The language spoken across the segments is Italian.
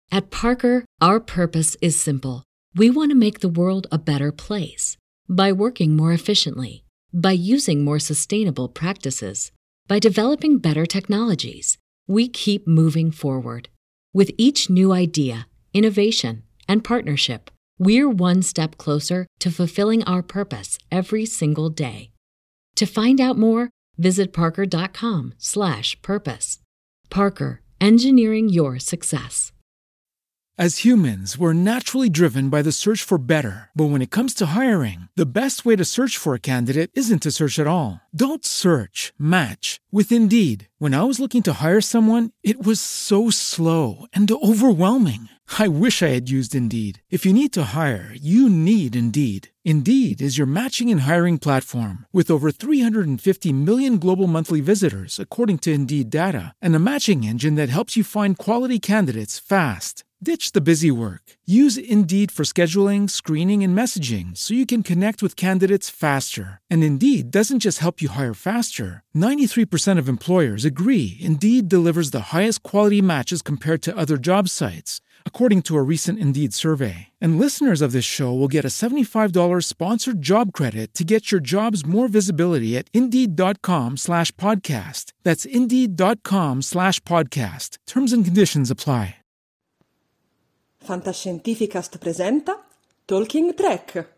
At Parker, our purpose is simple. We want to make the world a better place by working more efficiently, by using more sustainable practices, by developing better technologies. We keep moving forward. With each new idea, innovation, and partnership, we're one step closer to fulfilling our purpose every single day. To find out more, visit parker.com/purpose. Parker, engineering your success. As humans, we're naturally driven by the search for better. But when it comes to hiring, the best way to search for a candidate isn't to search at all. Don't search, match with Indeed. When I was looking to hire someone, it was so slow and overwhelming. I wish I had used Indeed. If you need to hire, you need Indeed. Indeed is your matching and hiring platform with over 350 million global monthly visitors, according to Indeed data, and a matching engine that helps you find quality candidates fast. Ditch the busy work. Use Indeed for scheduling, screening, and messaging so you can connect with candidates faster. And Indeed doesn't just help you hire faster. 93% of employers agree Indeed delivers the highest quality matches compared to other job sites, according to a recent Indeed survey. And listeners of this show will get a $75 sponsored job credit to get your jobs more visibility at Indeed.com/podcast. That's Indeed.com/podcast. Terms and conditions apply. Fantascientificast presenta Talking Track.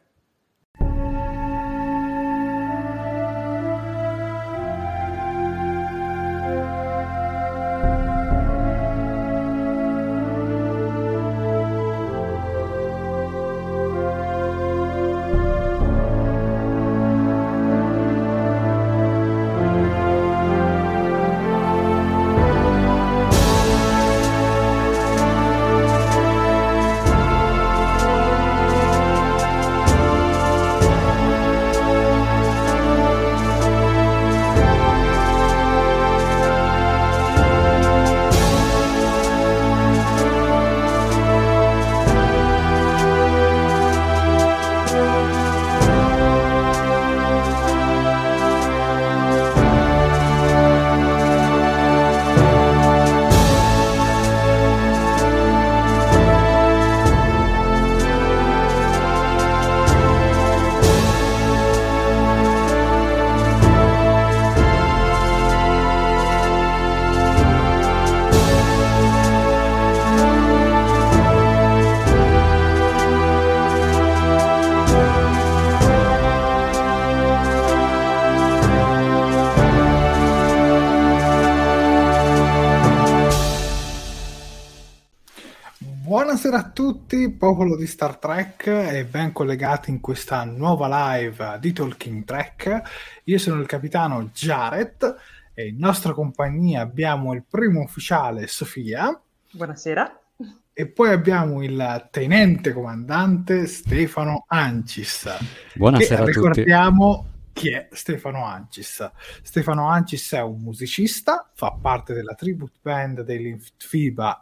Buonasera a tutti, popolo di Star Trek, e ben collegati in questa nuova live di Talking Trek. Io sono il capitano Jared e in nostra compagnia abbiamo il primo ufficiale Sofia. Buonasera. E poi abbiamo il tenente comandante Stefano Ancis. Buonasera a tutti. Ricordiamo chi è Stefano Ancis. Stefano Ancis è un musicista, fa parte della tribute band dell'Infiba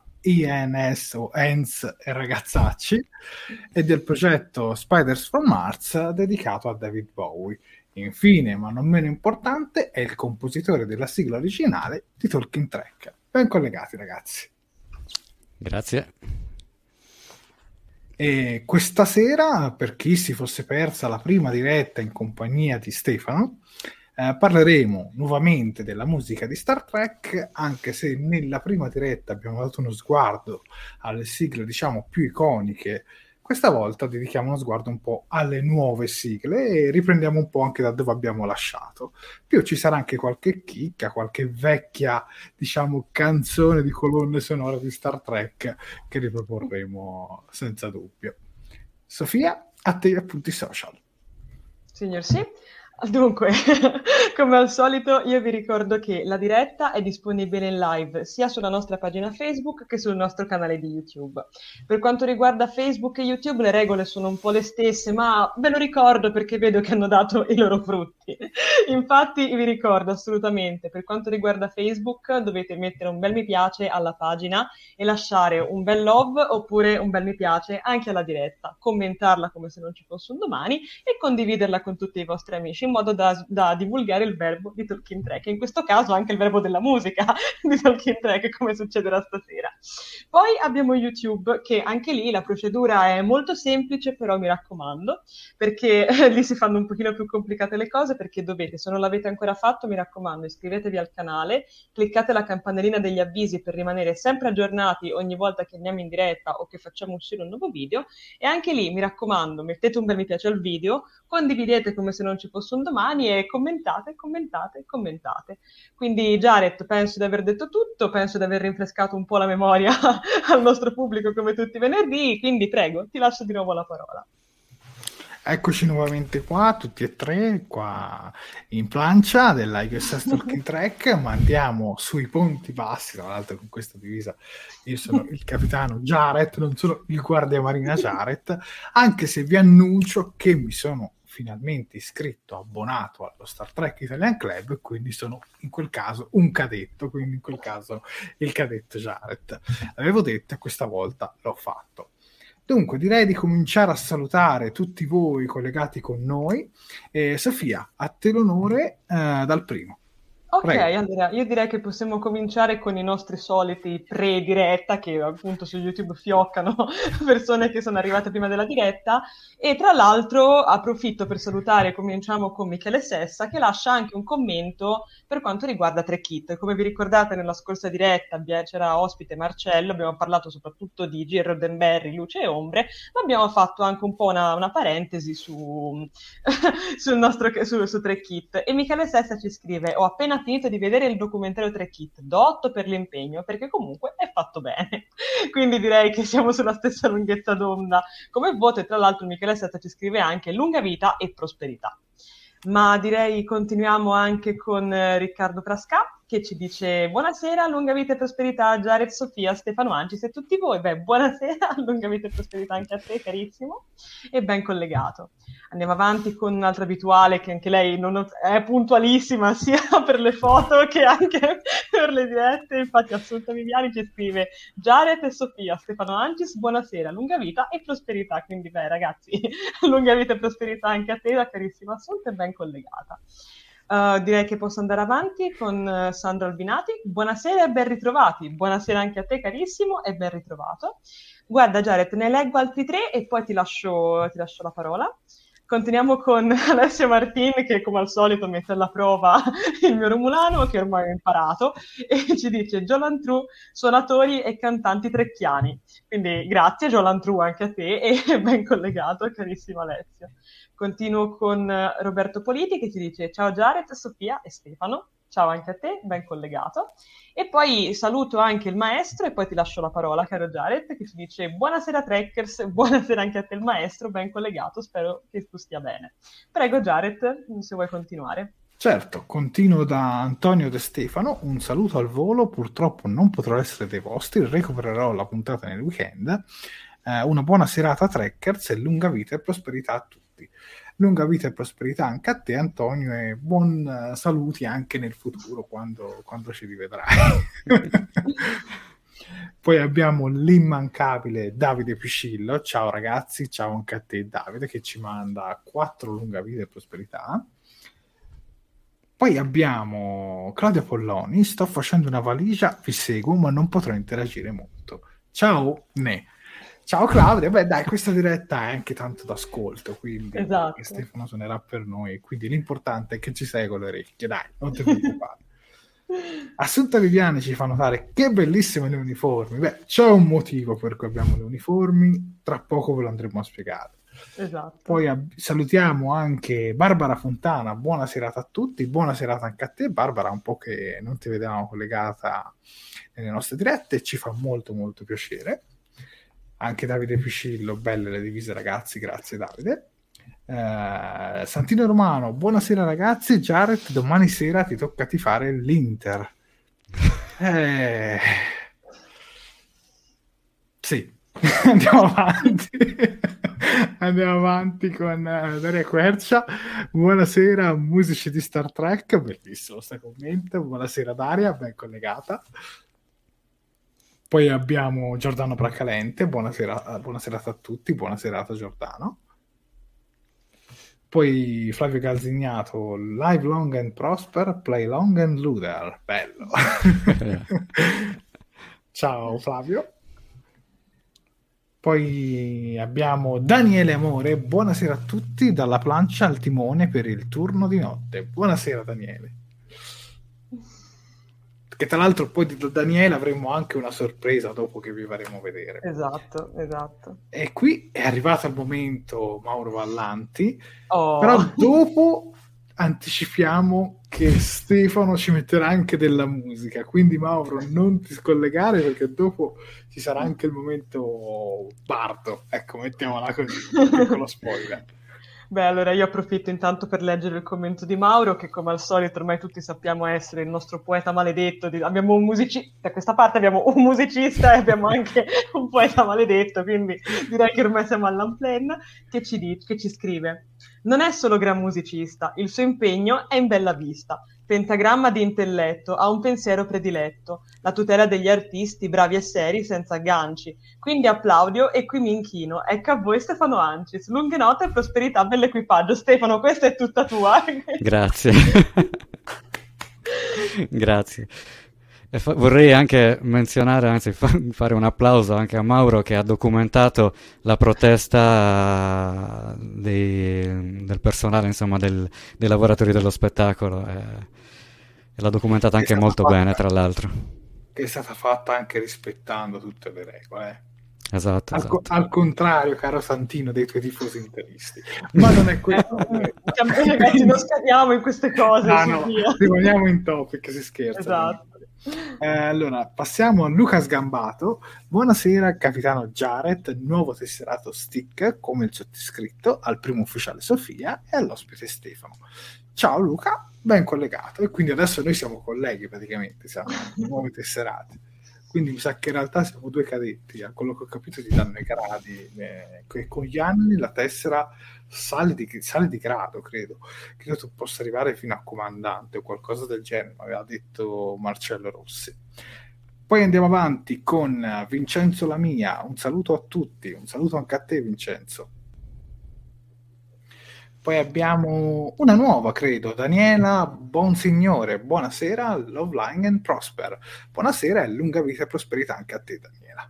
INS o ENS e Ragazzacci e del progetto Spiders from Mars dedicato a David Bowie. Infine, ma non meno importante, è il compositore della sigla originale di Talking Trek. Ben collegati, ragazzi. Grazie. E questa sera, per chi si fosse persa la prima diretta in compagnia di Stefano, parleremo nuovamente della musica di Star Trek, anche se nella prima diretta abbiamo dato uno sguardo alle sigle, diciamo, più iconiche. Questa volta dedichiamo uno sguardo un po' alle nuove sigle e riprendiamo un po' anche da dove abbiamo lasciato. Più ci sarà anche qualche chicca, qualche vecchia, diciamo, canzone di colonne sonore di Star Trek che riproporremo senza dubbio. Sofia, a te gli appunti social. Signor sì. Dunque, come al solito, io vi ricordo che la diretta è disponibile in live sia sulla nostra pagina Facebook che sul nostro canale di YouTube. Per quanto riguarda Facebook e YouTube, le regole sono un po' le stesse, ma ve lo ricordo perché vedo che hanno dato i loro frutti. Infatti vi ricordo assolutamente, per quanto riguarda Facebook, dovete mettere un bel mi piace alla pagina e lasciare un bel love oppure un bel mi piace anche alla diretta, commentarla come se non ci fosse un domani e condividerla con tutti i vostri amici in modo da divulgare il verbo di Talking Track, in questo caso anche il verbo della musica di Talking Track, come succederà stasera. Poi abbiamo YouTube, che anche lì la procedura è molto semplice, però mi raccomando, perché lì si fanno un pochino più complicate le cose, perché dovete, se non l'avete ancora fatto, mi raccomando, iscrivetevi al canale, cliccate la campanellina degli avvisi per rimanere sempre aggiornati ogni volta che andiamo in diretta o che facciamo uscire un nuovo video, e anche lì, mi raccomando, mettete un bel mi piace al video, condividete come se non ci fosse un domani e commentate. Quindi Jared, penso di aver detto tutto, penso di aver rinfrescato un po' la memoria al nostro pubblico come tutti i venerdì, quindi prego, ti lascio di nuovo la parola. Eccoci nuovamente qua, tutti e tre, qua in plancia della USS Talking Track, ma andiamo sui ponti bassi, tra l'altro con questa divisa io sono il capitano Jared, non sono il guardiamarina Jared, anche se vi annuncio che mi sono finalmente iscritto, abbonato allo Star Trek Italian Club, quindi sono in quel caso un cadetto, quindi in quel caso il cadetto Jared. L'avevo detto e questa volta l'ho fatto. Dunque, direi di cominciare a salutare tutti voi collegati con noi. Sofia, a te l'onore dal primo. Ok, Prego. allora io direi che possiamo cominciare con i nostri soliti pre-diretta, che appunto su YouTube fioccano persone che sono arrivate prima della diretta, e tra l'altro approfitto per salutare, cominciamo con Michele Sessa, che lascia anche un commento per quanto riguarda Trekit. Come vi ricordate nella scorsa diretta c'era ospite Marcello, abbiamo parlato soprattutto di G. Roddenberry, luce e ombre, ma abbiamo fatto anche un po' una parentesi su Trekit, e Michele Sessa ci scrive: ho appena finito di vedere il documentario Trekit, do 8 per l'impegno, perché comunque è fatto bene. Quindi direi che siamo sulla stessa lunghezza d'onda come voto, e tra l'altro Michele Sessa ci scrive anche lunga vita e prosperità. Ma direi continuiamo anche con Riccardo Frasca, che ci dice: buonasera, lunga vita e prosperità Jared, Sofia, Stefano Ancis e tutti voi. Beh, buonasera, lunga vita e prosperità anche a te, carissimo, e ben collegato. Andiamo avanti con un'altra abituale, che anche lei è puntualissima sia per le foto che anche per le dirette. Infatti Assunta Viviani ci scrive: Jared e Sofia, Stefano Ancis, buonasera, lunga vita e prosperità. Quindi beh ragazzi, lunga vita e prosperità anche a te, la carissima Assunta, e ben collegata. Direi che posso andare avanti con Sandro Albinati. Buonasera e ben ritrovati. Buonasera anche a te, carissimo, e ben ritrovato. Guarda Jared, ne leggo altri 3 e poi ti lascio la parola. Continuiamo con Alessia Martin, che come al solito mette alla prova il mio romulano, che ormai ho imparato, e ci dice: Jolan True, suonatori e cantanti trecchiani. Quindi grazie Jolan True anche a te, e ben collegato, carissimo Alessio. Continuo con Roberto Politi, che ci dice: ciao Jared, Sofia e Stefano. Ciao anche a te, ben collegato. E poi saluto anche il maestro e poi ti lascio la parola, caro Jared, che ci dice: buonasera Trekkers, buonasera anche a te il maestro, ben collegato, spero che tu stia bene. Prego Jared, se vuoi continuare. Certo, continuo da Antonio De Stefano, un saluto al volo, purtroppo non potrò essere dei vostri, recupererò la puntata nel weekend. Una buona serata Trekkers e lunga vita e prosperità a tutti. Lunga vita e prosperità anche a te Antonio, e buon saluti anche nel futuro quando ci rivedrai. Poi abbiamo l'immancabile Davide Piscillo. Ciao ragazzi, ciao anche a te Davide, che ci manda 4 lunga vita e prosperità. Poi abbiamo Claudia Polloni: sto facendo una valigia, vi seguo ma non potrò interagire molto. Ciao Ne. Ciao Claudia, beh dai, questa diretta è anche tanto d'ascolto, quindi esatto. Stefano suonerà per noi, quindi l'importante è che ci sei con le orecchie, dai, non ti preoccupare. Assunta Viviani ci fa notare: che bellissime le uniformi. Beh, c'è un motivo per cui abbiamo le uniformi, tra poco ve lo andremo a spiegare. Esatto. Poi salutiamo anche Barbara Fontana: buona serata a tutti, buona serata anche a te Barbara, un po' che non ti vedevamo collegata nelle nostre dirette, ci fa molto molto piacere. Anche Davide Piscillo: belle le divise ragazzi, grazie Davide. Santino Romano: buonasera ragazzi, Jared, domani sera ti tocca tifare l'Inter. Sì, andiamo avanti. Andiamo avanti con Daria Quercia. Buonasera, musici di Star Trek. Bellissimo sto commento. Buonasera Daria, ben collegata. Poi abbiamo Giordano Bracalente. Buonasera a tutti. Buonasera a Giordano. Poi Flavio Calzignato, live long and prosper, play long and luder. Bello. Ciao Flavio. Poi abbiamo Daniele Amore, buonasera a tutti, dalla plancia al timone per il turno di notte. Buonasera Daniele. Che tra l'altro poi di Daniele avremo anche una sorpresa dopo che vi faremo vedere. Esatto. E qui è arrivato il momento Mauro Vallanti, Oh. però dopo anticipiamo che Stefano ci metterà anche della musica, quindi Mauro non ti scollegare perché dopo ci sarà anche il momento Bardo, ecco, mettiamola così, piccolo spoiler. Beh, allora io approfitto intanto per leggere il commento di Mauro, che come al solito ormai tutti sappiamo essere il nostro poeta maledetto. Abbiamo un musicista, da questa parte abbiamo un musicista e abbiamo anche un poeta maledetto, quindi direi che ormai siamo all'unplan, che ci scrive: non è solo gran musicista, il suo impegno è in bella vista. Pentagramma di intelletto, ha un pensiero prediletto, la tutela degli artisti bravi e seri senza agganci. Quindi applaudio e qui mi inchino. Ecco a voi Stefano Ancis. Lunghe note e prosperità nell'equipaggio. Stefano, questa è tutta tua. Grazie. Grazie. E vorrei anche menzionare, anzi fare un applauso anche a Mauro che ha documentato la protesta del personale, insomma, dei lavoratori dello spettacolo e l'ha documentata anche molto bene, tra l'altro. Che è stata fatta anche rispettando tutte le regole. Esatto. Al contrario, caro Santino, dei tuoi tifosi interisti. Ma non è questo. Ragazzi, non scadiamo in queste cose. No, rimaniamo in topic, si scherza. Esatto. Allora, passiamo a Luca Sgambato. Buonasera, capitano Jared, nuovo tesserato stick, come il sottoscritto, al primo ufficiale Sofia e all'ospite Stefano. Ciao Luca, ben collegato. E quindi adesso noi siamo colleghi praticamente, siamo nuovi tesserati. Quindi mi sa che in realtà siamo due cadetti, a quello che ho capito ti danno i gradi, e con gli anni la tessera sale di grado, credo tu possa arrivare fino a comandante o qualcosa del genere, mi aveva detto Marcello Rossi. Poi andiamo avanti con Vincenzo Lamia, un saluto a tutti, un saluto anche a te Vincenzo. Poi abbiamo una nuova, credo, Daniela Bonsignore. Buonasera, love, line and prosper. Buonasera e lunga vita e prosperità anche a te, Daniela.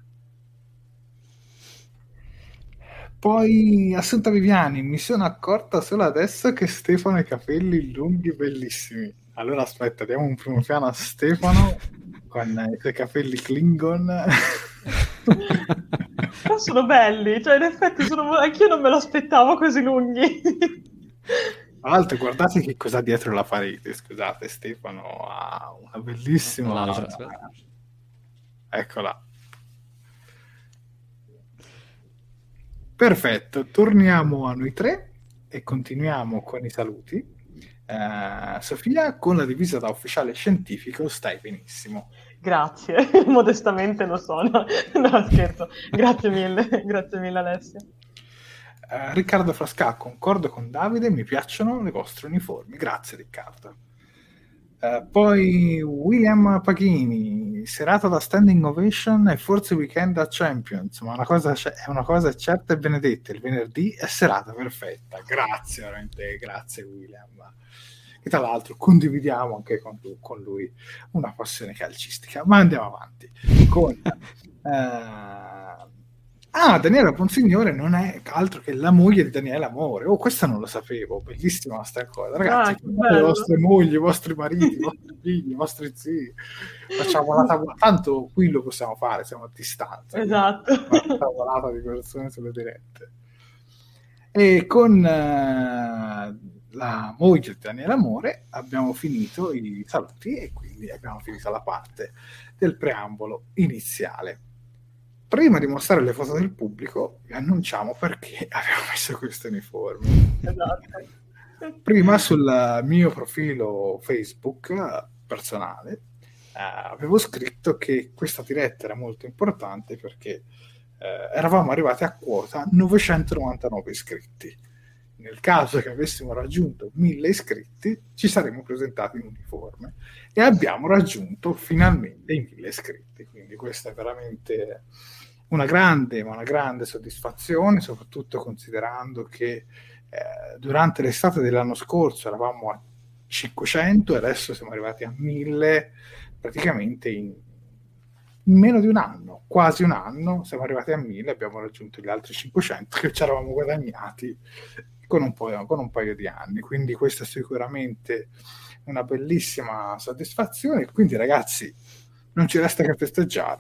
Poi Assunta Viviani, mi sono accorta solo adesso che Stefano ha i capelli lunghi bellissimi. Allora aspetta, diamo un primo piano a Stefano con i suoi capelli Klingon. Però sono belli, cioè in effetti anch'io non me lo aspettavo così lunghi. Tra l'altro guardate che cosa dietro la parete, scusate, Stefano ha una bellissima... Eccola. Perfetto, torniamo a noi tre e continuiamo con i saluti. Sofia, con la divisa da ufficiale scientifico stai benissimo. Grazie, modestamente lo sono. No, scherzo. Grazie mille Alessia. Riccardo Frasca, concordo con Davide, mi piacciono le vostre uniformi. Grazie Riccardo. Poi William Paghini, serata da standing ovation e forse weekend da Champions, ma è una cosa certa e benedetta, il venerdì è serata perfetta. Grazie, veramente, grazie William. E tra l'altro condividiamo anche con lui una passione calcistica. Ma andiamo avanti con Daniela Bonsignore non è altro che la moglie di Daniele Amore. Oh, questa non lo sapevo, bellissima questa cosa, ragazzi. Le vostre mogli, i vostri mariti, i vostri figli, i vostri zii, facciamo la tavolata, tanto qui lo possiamo fare, siamo a distanza. Esatto. Una tavolata di persone sulle dirette. E con la moglie di Daniele Amore abbiamo finito i saluti e quindi abbiamo finito la parte del preambolo iniziale. Prima di mostrare le foto del pubblico vi annunciamo perché abbiamo messo questi uniformi. Esatto. Prima sul mio profilo Facebook personale avevo scritto che questa diretta era molto importante perché eravamo arrivati a quota 999 iscritti. Nel caso che avessimo raggiunto 1000 iscritti, ci saremmo presentati in uniforme e abbiamo raggiunto finalmente i 1000 iscritti. Quindi questa è veramente una grande soddisfazione, soprattutto considerando che durante l'estate dell'anno scorso eravamo a 500 e adesso siamo arrivati a 1000 praticamente in meno di un anno, quasi un anno, siamo arrivati a 1000, abbiamo raggiunto gli altri 500 che ci eravamo guadagnati con un paio di anni. Quindi questa è sicuramente una bellissima soddisfazione. Quindi ragazzi, non ci resta che festeggiare,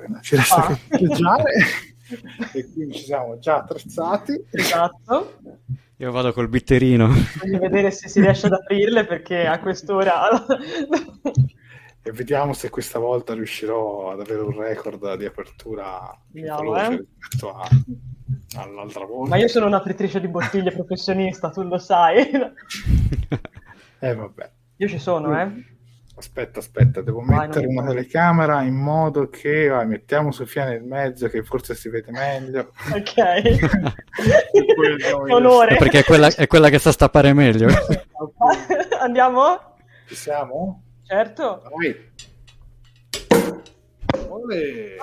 e quindi ci siamo già attrezzati. Esatto. Io vado col bitterino. Voglio vedere se si riesce ad aprirle, perché a quest'ora... E vediamo se questa volta riuscirò ad avere un record di apertura veloce rispetto all'altra volta. Ma io sono un'apritrice di bottiglie professionista, tu lo sai. Vabbè. Io ci sono, Aspetta, devo mettere una telecamera in modo che mettiamo Sofia nel mezzo, che forse si vede meglio. Ok. Onore. Perché è quella che sa stappare meglio. Andiamo? Ci siamo? Certo. Vai. Olè.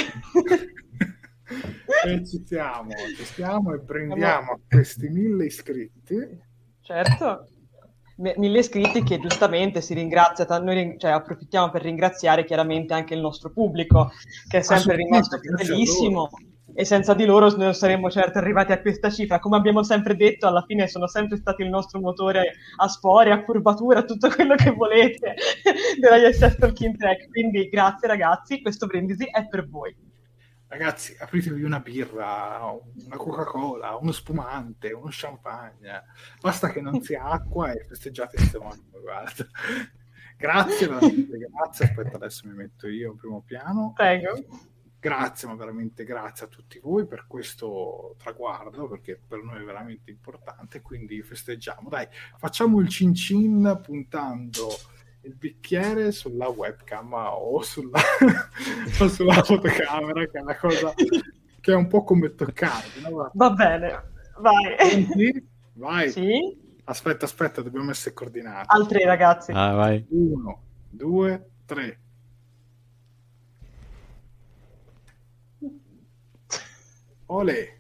Ci siamo e prendiamo a questi 1000 iscritti. Certo. 1000 iscritti che giustamente si ringrazia, noi approfittiamo per ringraziare chiaramente anche il nostro pubblico, che è sempre rimasto fedelissimo, e senza di loro non saremmo certo arrivati a questa cifra. Come abbiamo sempre detto, alla fine sono sempre stati il nostro motore a spore, a curvatura, tutto quello che volete della ISS Talking Track. Quindi grazie ragazzi, questo brindisi è per voi. Ragazzi, apritevi una birra, una Coca-Cola, uno spumante, uno champagne, basta che non sia acqua e festeggiate insieme a noi, guarda. Grazie, grazie. Aspetta, adesso mi metto io in primo piano. Prego. Grazie, ma veramente grazie a tutti voi per questo traguardo, perché per noi è veramente importante, quindi festeggiamo. Dai, facciamo il cin cin puntando il bicchiere sulla webcam o sulla fotocamera, che è una cosa che è un po' come toccarvi, no? Va bene, vai. Vai. Sì? Aspetta, dobbiamo essere coordinati. Altri ragazzi. Vai. 1, 2, 3. Olè.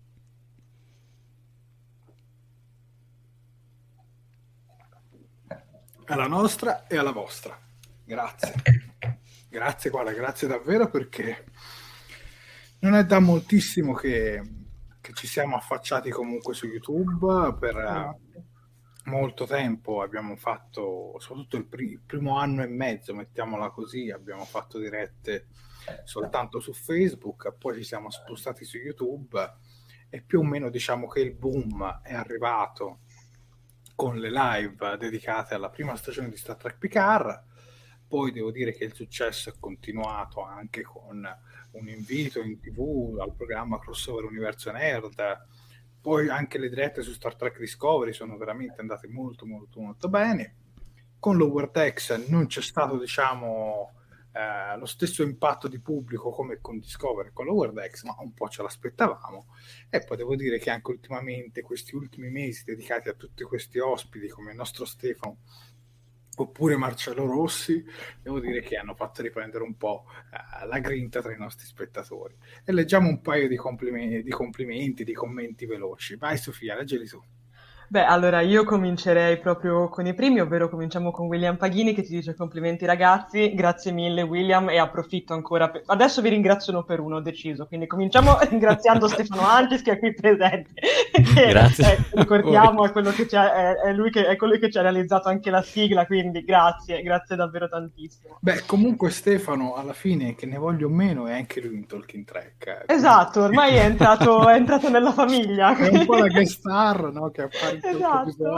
Alla nostra e alla vostra. Grazie, guarda, grazie davvero, perché non è da moltissimo che ci siamo affacciati comunque su YouTube. Per molto tempo abbiamo fatto, soprattutto il primo anno e mezzo, mettiamola così, abbiamo fatto dirette soltanto su Facebook, poi ci siamo spostati su YouTube e più o meno diciamo che il boom è arrivato con le live dedicate alla prima stagione di Star Trek Picard. Poi devo dire che il successo è continuato anche con un invito in TV al programma Crossover Universo Nerd. Poi anche le dirette su Star Trek Discovery sono veramente andate molto molto molto bene. Con Lower Decks non c'è stato, diciamo, lo stesso impatto di pubblico come con Discovery e con Lower Decks, ma un po' ce l'aspettavamo. E poi devo dire che anche ultimamente, questi ultimi mesi dedicati a tutti questi ospiti come il nostro Stefano oppure Marcello Rossi, devo dire che hanno fatto riprendere un po' la grinta tra i nostri spettatori. E leggiamo un paio di complimenti, di commenti veloci. Vai Sofia, leggeli tu. Beh, allora io comincerei proprio con i primi, ovvero cominciamo con William Paghini che ti dice: complimenti ragazzi, grazie mille William, e approfitto ancora adesso vi ringrazio uno per uno, ho deciso, quindi cominciamo ringraziando Stefano Antis che è qui presente, che, grazie. Ricordiamo è lui che è colui che ci ha realizzato anche la sigla, quindi grazie davvero tantissimo. Beh, comunque Stefano alla fine, che ne voglio meno, è anche lui in Talking Track. Esatto, ormai è entrato nella famiglia. È un po' la guest star, no? Che appare. Esatto.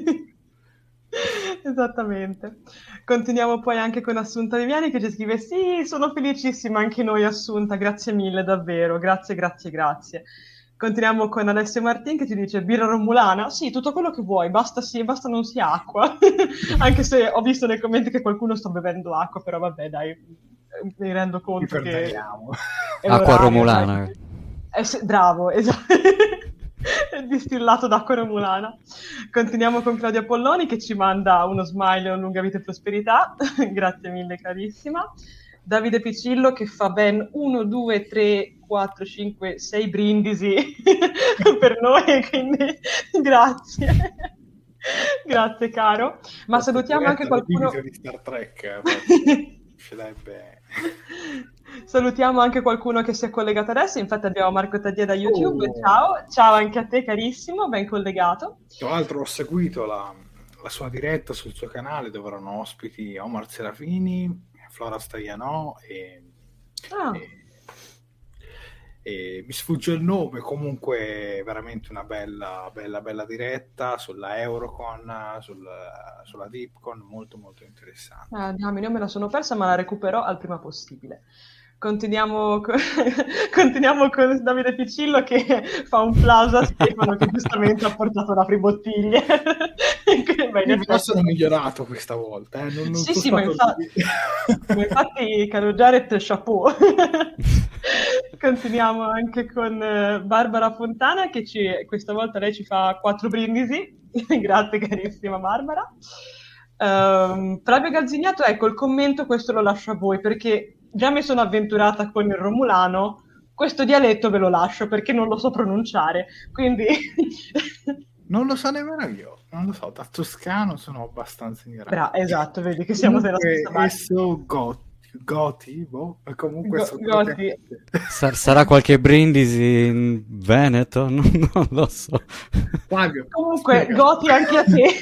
Esattamente. Continuiamo poi anche con Assunta Viviani che ci scrive: sì, sono felicissima anche noi Assunta, grazie mille davvero, grazie. Continuiamo con Alessio Martin che ci dice: birra romulana? Sì, tutto quello che vuoi, basta non sia acqua. Anche se ho visto nei commenti che qualcuno sta bevendo acqua, però vabbè dai, mi rendo conto che acqua romulana. Bravo, esatto. Distillato d'acqua romulana. Continuiamo con Claudia Polloni che ci manda uno smile, un lunga vita e prosperità. Grazie mille, carissima. Davide Piccillo che fa ben 1, 2, 3, 4, 5, 6 brindisi per noi, quindi grazie. Grazie caro. Ma salutiamo anche qualcuno di Star Trek. Salutiamo anche qualcuno che si è collegato adesso. Infatti abbiamo Marco Taddia da YouTube. Ciao anche a te carissimo, ben collegato. Tra l'altro ho seguito la sua diretta sul suo canale dove erano ospiti Omar Serafini, Flora Staianò e mi sfugge il nome, comunque veramente una bella diretta sulla Eurocon, sulla Deepcon, molto molto interessante. Io me la sono persa, ma la recupero al prima possibile. Continuiamo con Davide Piccillo che fa un plauso a Stefano che giustamente ha portato la fribottiglie. Però sono migliorato questa volta. Sì, ma infatti caro Jared, chapeau. Continuiamo anche con Barbara Fontana che questa volta lei ci fa 4 brindisi. Grazie carissima Barbara. Flavio Gazzignato, ecco il commento, questo lo lascio a voi perché già mi sono avventurata con il romulano, questo dialetto ve lo lascio perché non lo so pronunciare, quindi... Non lo so nemmeno io, non lo so, da toscano sono abbastanza ignorante. Esatto, vedi che siamo della stessa parte. Esso Goti, comunque Goti. Sarà qualche brindisi in Veneto? Non lo so. Flavio, comunque, spiega. Goti anche a te.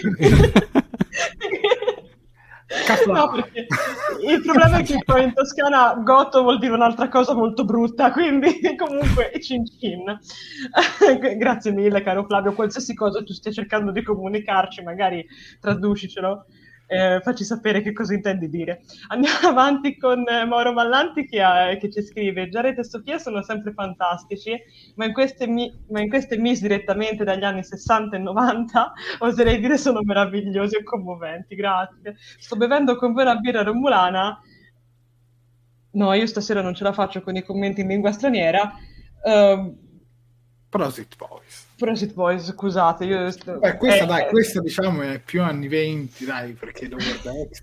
No, perché il problema è che poi in Toscana Goto vuol dire un'altra cosa molto brutta, quindi comunque cin cin. Grazie mille caro Flavio, qualsiasi cosa tu stia cercando di comunicarci magari traducicelo, facci sapere che cosa intendi dire. Andiamo avanti con Mauro Mallanti che ci scrive: Jared e Sofia sono sempre fantastici, ma in queste Miss direttamente dagli anni 60 e 90 oserei dire sono meravigliosi e commoventi. Grazie. Sto bevendo con voi una birra romulana. No, io stasera non ce la faccio con i commenti in lingua straniera. Prosit Boys, scusate. Questa diciamo è più anni 20, dai, perché Lower Decks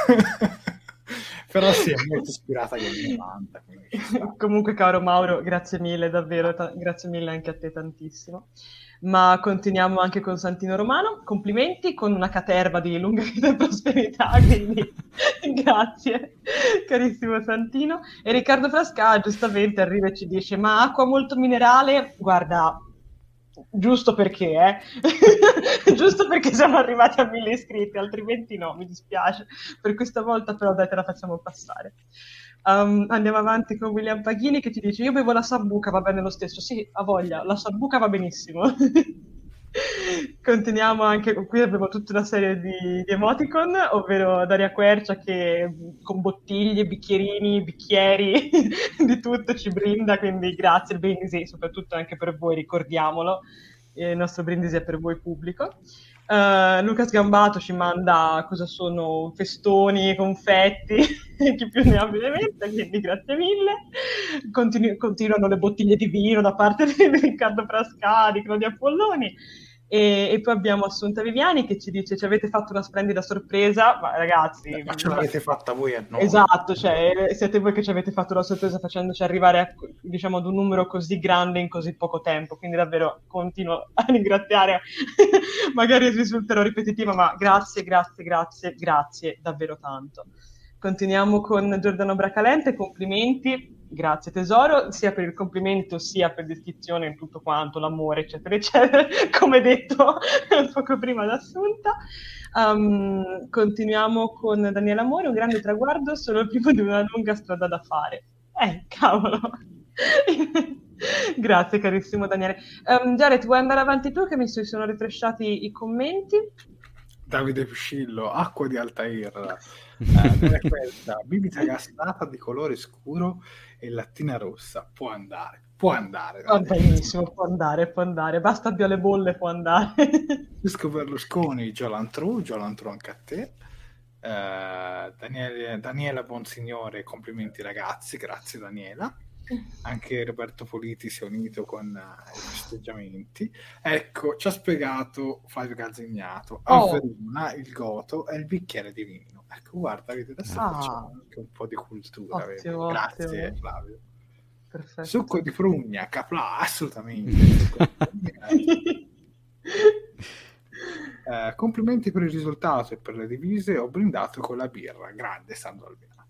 però sì, è molto ispirata agli anni 90. Comunque caro Mauro, grazie mille, davvero, grazie mille anche a te tantissimo. Ma continuiamo anche con Santino Romano, complimenti con una caterva di lunga vita e prosperità, quindi grazie carissimo Santino. E Riccardo Frasca giustamente arriva e ci dice: ma acqua molto minerale? Guarda, giusto perché giusto perché siamo arrivati a 1000 iscritti, altrimenti no, mi dispiace per questa volta, però dai, te la facciamo passare. Andiamo avanti con William Paghini che ci dice: io bevo la sambuca, va bene lo stesso. Sì, ha voglia, la sambuca va benissimo. Continuiamo anche qui, abbiamo tutta una serie di emoticon, ovvero Daria Quercia che con bottiglie, bicchierini, bicchieri di tutto ci brinda, quindi grazie, il brindisi soprattutto anche per voi, ricordiamolo, il nostro brindisi è per voi pubblico. Luca Sgambato ci manda cosa sono festoni, confetti, chi più ne ha più ne metta, quindi grazie mille. Continuano le bottiglie di vino da parte di Riccardo Frascari, Claudia Polloni. E poi abbiamo Assunta Viviani che ci dice: ci avete fatto una splendida sorpresa, ma ragazzi, ma ce l'avete fatta voi a noi. Esatto, cioè siete voi che ci avete fatto la sorpresa facendoci arrivare diciamo ad un numero così grande in così poco tempo, quindi davvero continuo a ringraziare. Magari risulterò ripetitiva, ma grazie davvero tanto. Continuiamo con Giordano Bracalente, complimenti. Grazie tesoro, sia per il complimento sia per l'iscrizione in tutto quanto, l'amore eccetera eccetera, come detto poco prima da Assunta. Continuiamo con Daniele Amore, un grande traguardo, solo il primo di una lunga strada da fare. Cavolo! Grazie carissimo Daniele. Jared, vuoi andare avanti tu che mi sono rifresciati i commenti? Davide Piscillo, acqua di Altair, questa bibita gassata di colore scuro e lattina rossa, può andare. Va benissimo, può andare, basta abbia le bolle, può andare. Francesco Berlusconi, Giolantru anche a te. Daniela Bonsignore, complimenti ragazzi, grazie Daniela. anche Roberto Politi si è unito con i festeggiamenti. Ecco, ci ha spiegato Flavio Calzignato, a Verona il goto è il bicchiere di vino. Ecco, guarda, vedi, adesso facciamo anche un po' di cultura. Ottimo, Grazie ottimo. Flavio. Perfetto. Succo di prugna, caplà, assolutamente. Complimenti per il risultato e per le divise, ho brindato con la birra, grande Sandro Albiano.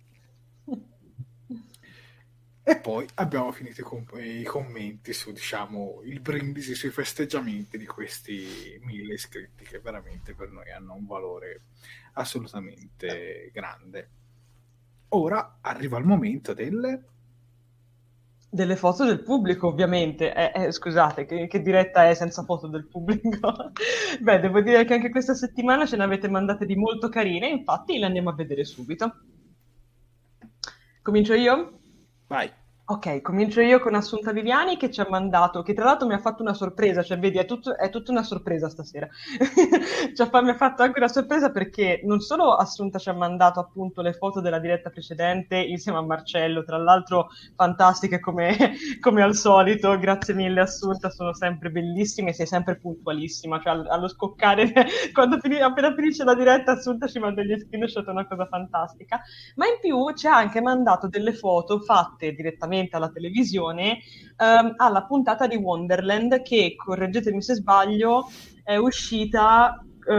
E poi abbiamo finito i commenti su, diciamo, il brindisi sui festeggiamenti di questi 1000 iscritti che veramente per noi hanno un valore assolutamente grande. Ora arriva il momento delle foto del pubblico, ovviamente. Scusate, che diretta è senza foto del pubblico? Beh, devo dire che anche questa settimana ce ne avete mandate di molto carine, infatti le andiamo a vedere subito. Comincio io? Vai. Ok, comincio io con Assunta Viviani che ci ha mandato, che tra l'altro mi ha fatto una sorpresa, cioè vedi, è tutta una sorpresa stasera. Mi ha fatto anche una sorpresa perché non solo Assunta ci ha mandato appunto le foto della diretta precedente insieme a Marcello, tra l'altro fantastiche come al solito, grazie mille Assunta, sono sempre bellissime, sei sempre puntualissima, cioè allo scoccare, appena finisce la diretta Assunta ci manda gli screenshot, è una cosa fantastica, ma in più ci ha anche mandato delle foto fatte direttamente alla televisione alla puntata di Wonderland che, correggetemi se sbaglio, è uscita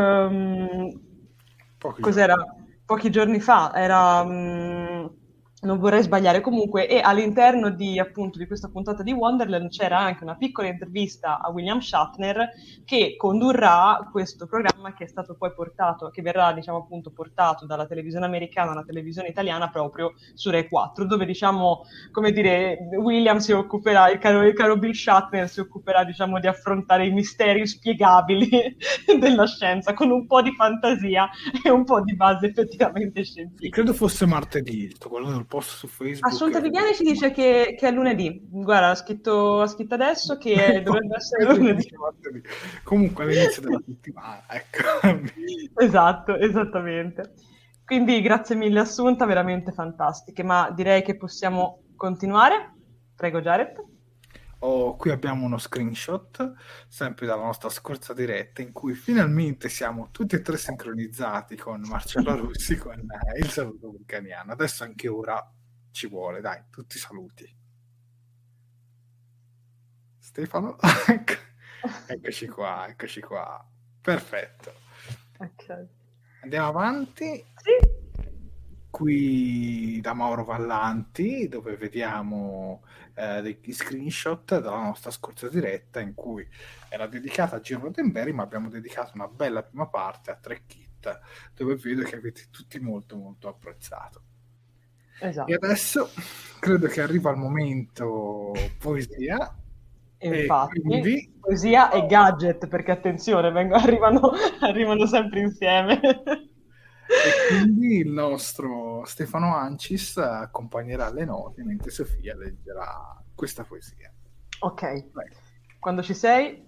pochi giorni fa, non vorrei sbagliare comunque, e all'interno appunto di questa puntata di Wonderland c'era anche una piccola intervista a William Shatner che condurrà questo programma che è stato poi che verrà diciamo appunto portato dalla televisione americana alla televisione italiana proprio su Rai 4, dove diciamo, come dire, William si occuperà, il caro Bill Shatner si occuperà diciamo di affrontare i misteri spiegabili della scienza con un po' di fantasia e un po' di base effettivamente scientifica. Credo fosse martedì, sto guardando il post su Facebook. Assunta Viviani ci dice che è lunedì. Guarda, ha scritto adesso che dovrebbe essere lunedì. Comunque all'inizio della settimana, ecco. Esatto, esattamente. Quindi grazie mille Assunta, veramente fantastiche, ma direi che possiamo continuare. Prego Jared. Qui abbiamo uno screenshot, sempre dalla nostra scorsa diretta, in cui finalmente siamo tutti e tre sincronizzati con Marcello Russi, con il saluto vulcaniano. Adesso anche ora ci vuole, dai, tutti saluti. Stefano? Eccoci qua. Perfetto. Okay. Andiamo avanti. Sì. Qui da Mauro Vallanti, dove vediamo degli screenshot dalla nostra scorsa diretta in cui era dedicata a Gino Roddenberry, ma abbiamo dedicato una bella prima parte a Trek It, dove vedo che avete tutti molto molto apprezzato. Esatto. E adesso credo che arriva il momento poesia. Infatti, quindi... poesia e gadget, perché attenzione, arrivano sempre insieme. E quindi il nostro Stefano Ancis accompagnerà le note mentre Sofia leggerà questa poesia. Ok, vai. Quando ci sei?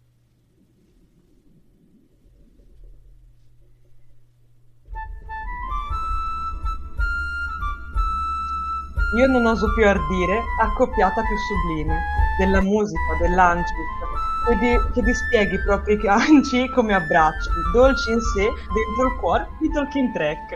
Io non oso più ardire, accoppiata più sublime, della musica, dell'Ancis, che dispieghi i propri canci come abbracci, dolci in sé, dentro il cuore di Talking Track.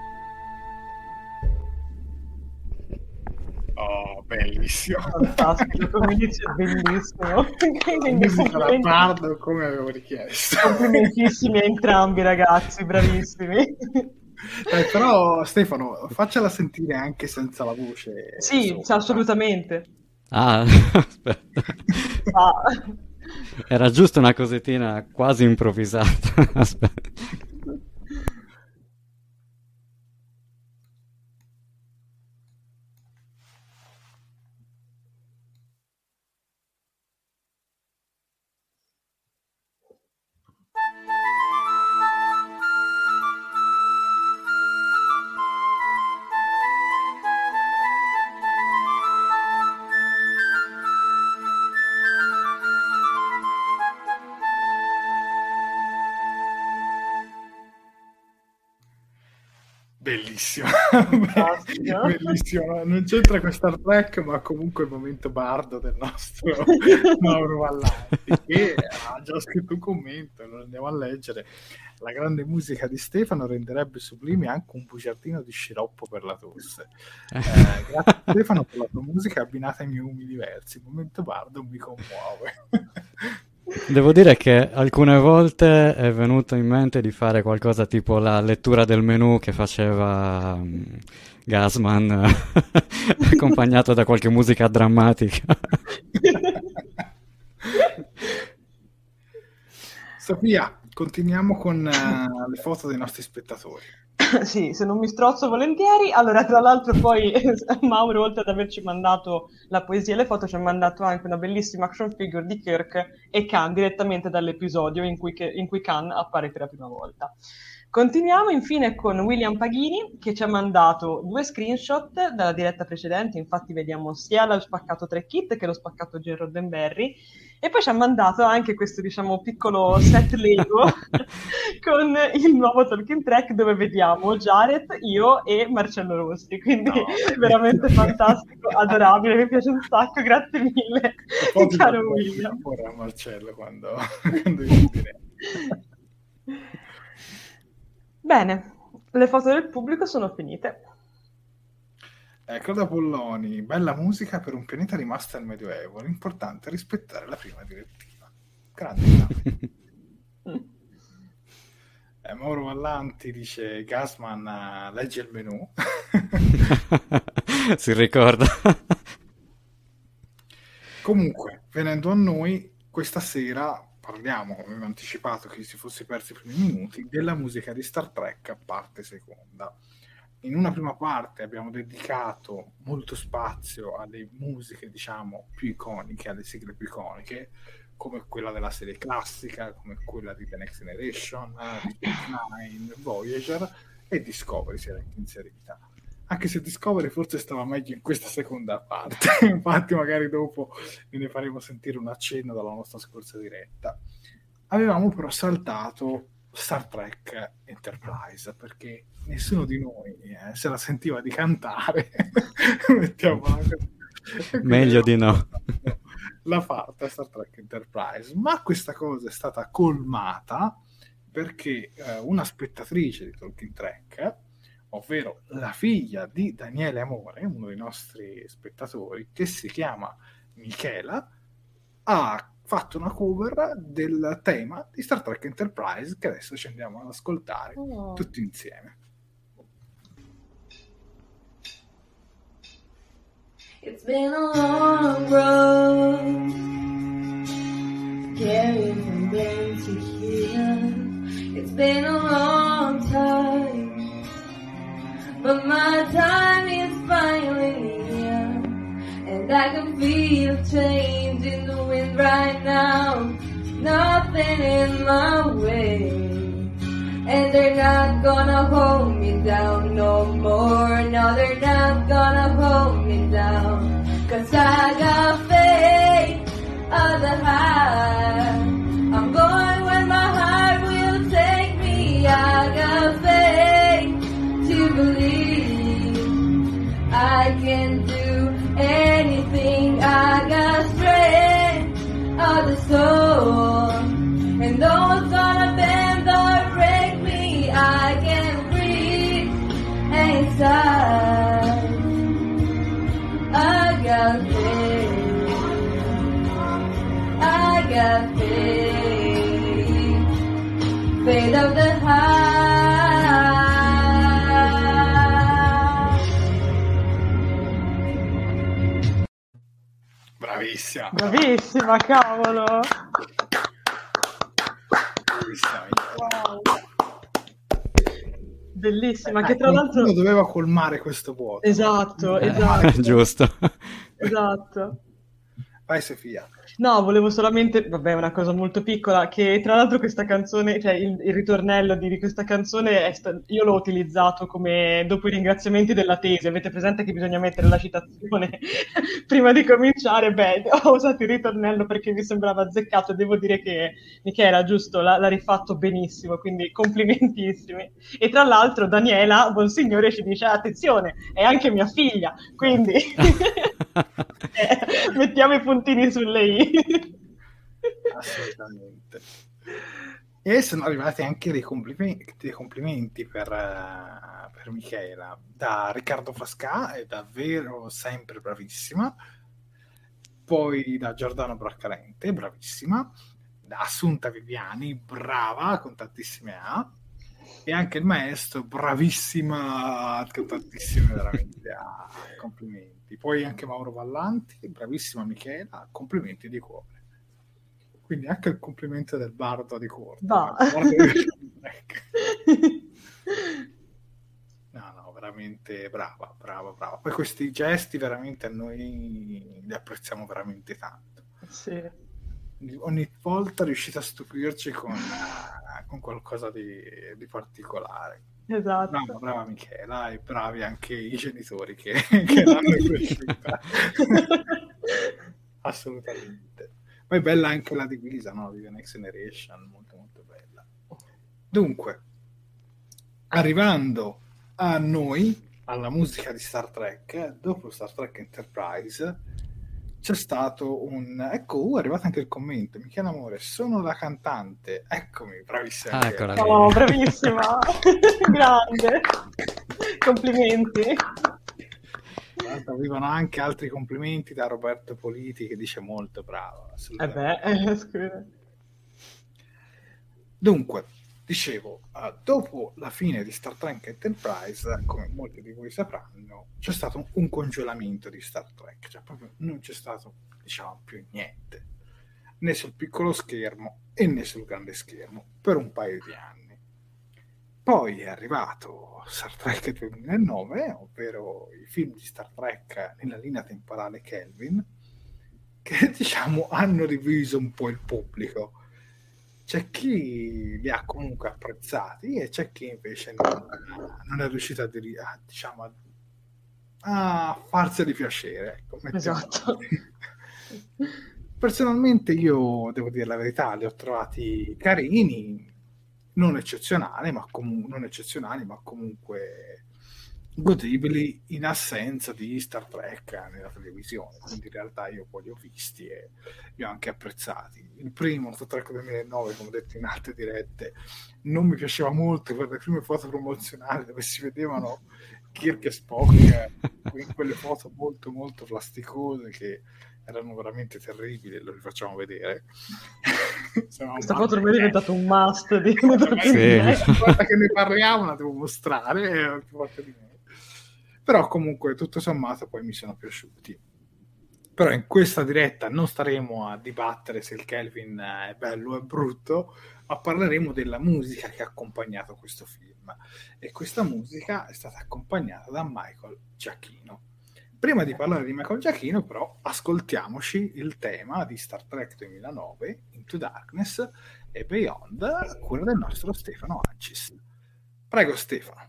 Oh, bellissimo. Fantastico, come inizio è bellissimo. Musica da pardo, come avevo richiesto. Complimentissimi a entrambi ragazzi, bravissimi. Però Stefano, faccela sentire anche senza la voce. Sì, assolutamente. Aspetta. Era giusto una cosettina quasi improvvisata. Aspetta. Bellissimo, Fantastico. bellissimo. Non c'entra con Star Trek, ma comunque il momento bardo del nostro Mauro Vallanti, che ha già scritto un commento, lo andiamo a leggere. La grande musica di Stefano renderebbe sublime anche un bugiardino di sciroppo per la tosse. Grazie Stefano per la tua musica abbinata ai miei umili versi. Il momento bardo mi commuove. Devo dire che alcune volte è venuto in mente di fare qualcosa tipo la lettura del menù che faceva Gassman, accompagnato da qualche musica drammatica. Sofia, continuiamo con le foto dei nostri spettatori. Sì, se non mi strozzo volentieri. Allora, tra l'altro poi Mauro, oltre ad averci mandato la poesia e le foto, ci ha mandato anche una bellissima action figure di Kirk e Khan direttamente dall'episodio in cui Khan appare per la prima volta. Continuiamo infine con William Paghini, che ci ha mandato 2 screenshot dalla diretta precedente. Infatti vediamo sia lo spaccato 3 kit che lo spaccato Gene Roddenberry, e poi ci ha mandato anche questo, diciamo, piccolo set Lego con il nuovo Talking Track, dove vediamo Jared, io e Marcello Rossi, quindi veramente fantastico, adorabile, mi piace un sacco, grazie mille, caro William. Ora Marcello quando io direi. Bene, le foto del pubblico sono finite. Claudia Polloni, bella musica per un pianeta rimasto al Medioevo, l'importante è rispettare la prima direttiva. Grande. Mauro Vallanti dice Gassman legge il menù. Si ricorda. Comunque, venendo a noi, questa sera parliamo, come avevo anticipato che si fosse persi i primi minuti, della musica di Star Trek parte seconda. In una prima parte abbiamo dedicato molto spazio alle musiche, diciamo, più iconiche, alle sigle più iconiche, come quella della serie classica, come quella di The Next Generation, Nine, Voyager, e Discovery si era inserita. Anche se Discovery forse stava meglio in questa seconda parte, infatti magari dopo ne faremo sentire un accenno dalla nostra scorsa diretta. Avevamo però saltato Star Trek Enterprise, perché nessuno di noi se la sentiva di cantare. Meglio di no. La parte Star Trek Enterprise, ma questa cosa è stata colmata perché una spettatrice di Talking Track, ovvero la figlia di Daniele Amore, uno dei nostri spettatori, che si chiama Michela, ha fatto una cover del tema di Star Trek Enterprise, che adesso ci andiamo ad ascoltare tutti insieme. It's been a long road, carrying from then to here. It's been a long time, but my time is finally here, and I can feel change in the wind right now. Nothing in my way, and they're not gonna hold me down no more. No, they're not gonna hold me down, 'cause I got faith of the high. I'm going where my heart will take me. I got faith to believe I can do anything. I got strength of the soul, and no one's gonna bend or break me. I can breathe inside. I got faith. I got faith. Faith of the high. Bravissima. Bravissima, cavolo. Bravissima. Wow. Bellissima, che tra l'altro doveva colmare questo vuoto. esatto. Giusto. Esatto. Vai Sofia. No, volevo solamente, vabbè, una cosa molto piccola, che tra l'altro questa canzone, cioè il ritornello di questa canzone, io l'ho utilizzato come dopo i ringraziamenti della tesi. Avete presente che bisogna mettere la citazione prima di cominciare? Beh, ho usato il ritornello perché mi sembrava azzeccato e devo dire che Michela, giusto, l'ha rifatto benissimo, quindi complimentissimi. E tra l'altro Daniela, buonsignore, ci dice, attenzione, è anche mia figlia, quindi mettiamo i puntini sulle i. Assolutamente. E sono arrivati anche dei complimenti per Michela da Riccardo Frasca, è davvero sempre bravissima, poi da Giordano Braccalente, bravissima, da Assunta Viviani, brava con tantissime A, e anche il maestro, bravissima con tantissime veramente A, complimenti. Poi anche Mauro Vallanti, bravissima Michela, complimenti di cuore. Quindi anche il complimento del bardo di corte. Va. No, veramente brava. Poi questi gesti veramente a noi li apprezziamo veramente tanto. Sì. Ogni volta riuscite a stupirci con qualcosa di particolare. Esatto. Brava Michela, e bravi anche i genitori che l'hanno cresciuta. Assolutamente. Poi bella anche la divisa, no? Di The Next Generation, molto molto bella. Dunque, arrivando a noi, alla musica di Star Trek, dopo Star Trek Enterprise c'è stato è arrivato anche il commento. Michela Amore, sono la cantante. Eccomi, bravissima. Oh, bravissima. Grande. Complimenti. Arrivano anche altri complimenti da Roberto Politi, che dice molto bravo. Scusa. Dunque, dicevo, dopo la fine di Star Trek Enterprise, come molti di voi sapranno, c'è stato un congelamento di Star Trek, cioè proprio non c'è stato, diciamo, più niente, né sul piccolo schermo e né sul grande schermo, per un paio di anni. Poi è arrivato Star Trek 2009, ovvero i film di Star Trek nella linea temporale Kelvin, che diciamo hanno diviso un po' il pubblico. C'è chi li ha comunque apprezzati e c'è chi invece non è riuscito a farseli piacere. Ecco, esatto. Personalmente io devo dire la verità, li ho trovati carini, non eccezionali, ma comunque godibili in assenza di Star Trek nella televisione. Quindi in realtà io poi li ho visti e li ho anche apprezzati. Il primo, Star Trek 2009, come ho detto in altre dirette, non mi piaceva molto per le prime foto promozionali dove si vedevano Kirk e Spock in quelle foto molto molto plasticose che erano veramente terribili, lo rifacciamo vedere. Questa foto ormai è diventato un must di volta che ne parliamo la devo mostrare più volte di me. Però comunque tutto sommato poi mi sono piaciuti. Però in questa diretta non staremo a dibattere se il Kelvin è bello o è brutto, ma parleremo della musica che ha accompagnato questo film, e questa musica è stata accompagnata da Michael Giacchino. Prima di parlare di Michael Giacchino, però, ascoltiamoci il tema di Star Trek 2009, Into Darkness e Beyond, a cura del nostro Stefano Ancis. Prego, Stefano.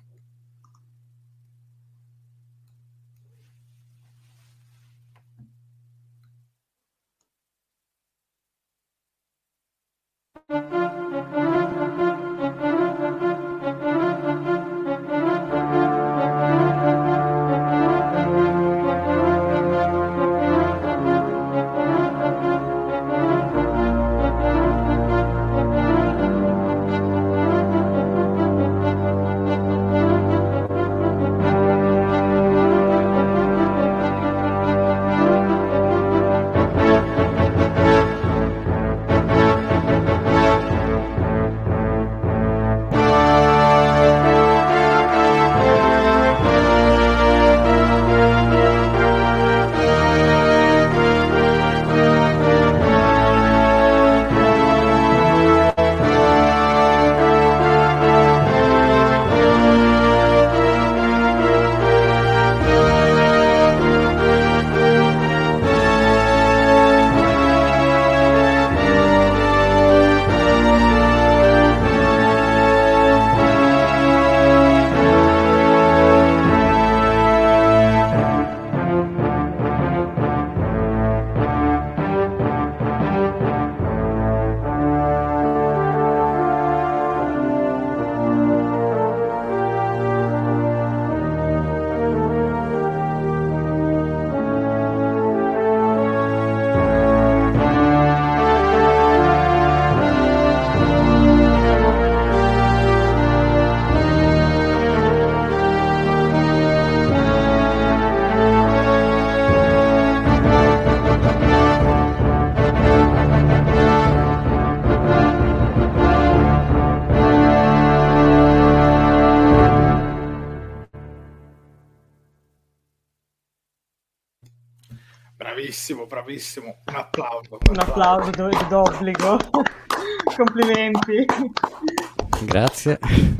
bravissimo, bravissimo. Un applauso. Un applauso d'obbligo. Complimenti. Grazie.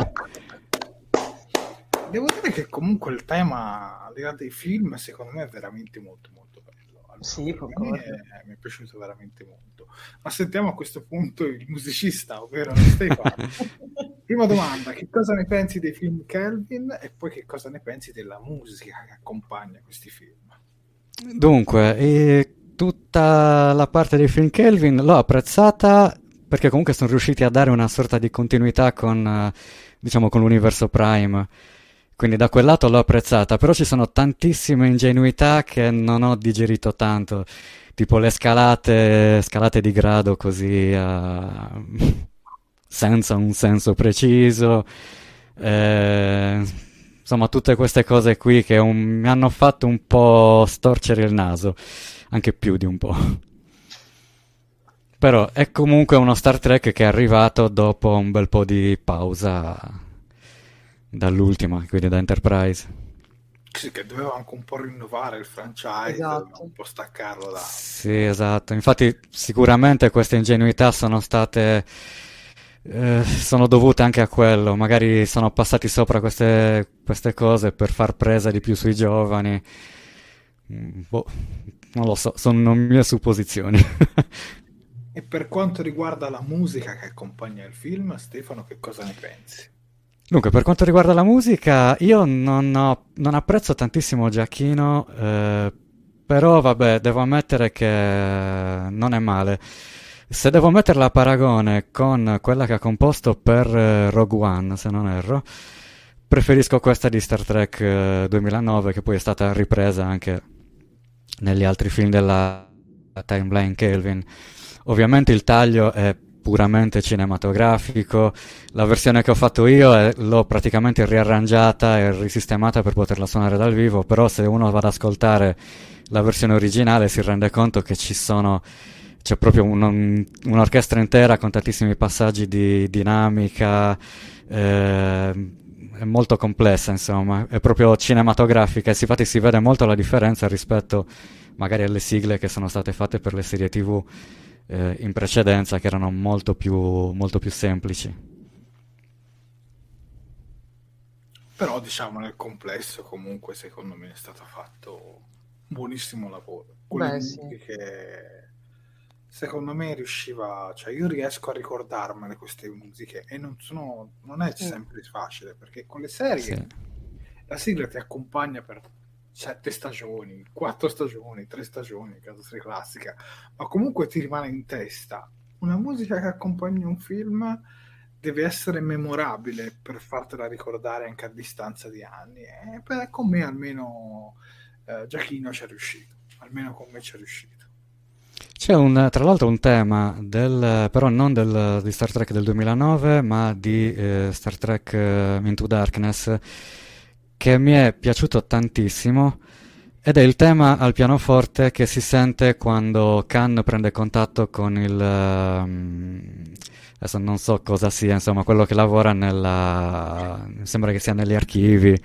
Devo dire che comunque il tema, al di là dei film, secondo me è veramente molto molto bello. Allora, Sì, mi è piaciuto veramente molto. Ma sentiamo a questo punto il musicista, ovvero Stefano. Prima domanda, che cosa ne pensi dei film Kelvin e poi che cosa ne pensi della musica che accompagna questi film? Dunque, tutta la parte dei film Kelvin l'ho apprezzata perché comunque sono riusciti a dare una sorta di continuità con, diciamo, con l'universo Prime. Quindi da quel lato l'ho apprezzata, però ci sono tantissime ingenuità che non ho digerito tanto, tipo le scalate di grado così, senza un senso preciso, insomma tutte queste cose qui che mi hanno fatto un po' storcere il naso, anche più di un po'. Però è comunque uno Star Trek che è arrivato dopo un bel po' di pausa dall'ultima, quindi da Enterprise. Sì, che doveva anche un po' rinnovare il franchise, Esatto. un po' staccarlo da... Sì, esatto. Infatti sicuramente queste ingenuità sono state... sono dovute anche a quello. Magari sono passati sopra queste cose per far presa di più sui giovani. Boh, non lo so, sono mie supposizioni. E per quanto riguarda la musica che accompagna il film, Stefano, che cosa ne pensi? Dunque, per quanto riguarda la musica, io non apprezzo tantissimo Giacchino, però vabbè, devo ammettere che non è male. Se devo metterla a paragone con quella che ha composto per Rogue One, se non erro, preferisco questa di Star Trek 2009, che poi è stata ripresa anche negli altri film della timeline Kelvin. Ovviamente il taglio è puramente cinematografico, la versione che ho fatto io l'ho praticamente riarrangiata e risistemata per poterla suonare dal vivo, però se uno va ad ascoltare la versione originale si rende conto che c'è proprio un'orchestra intera con tantissimi passaggi di dinamica, è molto complessa, insomma, è proprio cinematografica e infatti si vede molto la differenza rispetto magari alle sigle che sono state fatte per le serie TV in precedenza, che erano molto più semplici. Però diciamo nel complesso comunque secondo me è stato fatto un buonissimo lavoro con le musiche. Secondo me riusciva, cioè io riesco a ricordarmele queste musiche e non è sempre facile, perché con le serie la sigla ti accompagna per 7 stagioni, 4 stagioni, 3 stagioni, caso sia classica, ma comunque ti rimane in testa. Una musica che accompagna un film deve essere memorabile per fartela ricordare anche a distanza di anni, e con me almeno Giacchino ci è riuscito, almeno con me ci è riuscito. C'è tra l'altro un tema però non di Star Trek del 2009, ma di Star Trek Into Darkness, che mi è piaciuto tantissimo, ed è il tema al pianoforte che si sente quando Khan prende contatto con adesso non so cosa sia, insomma, quello che lavora sembra che sia negli archivi.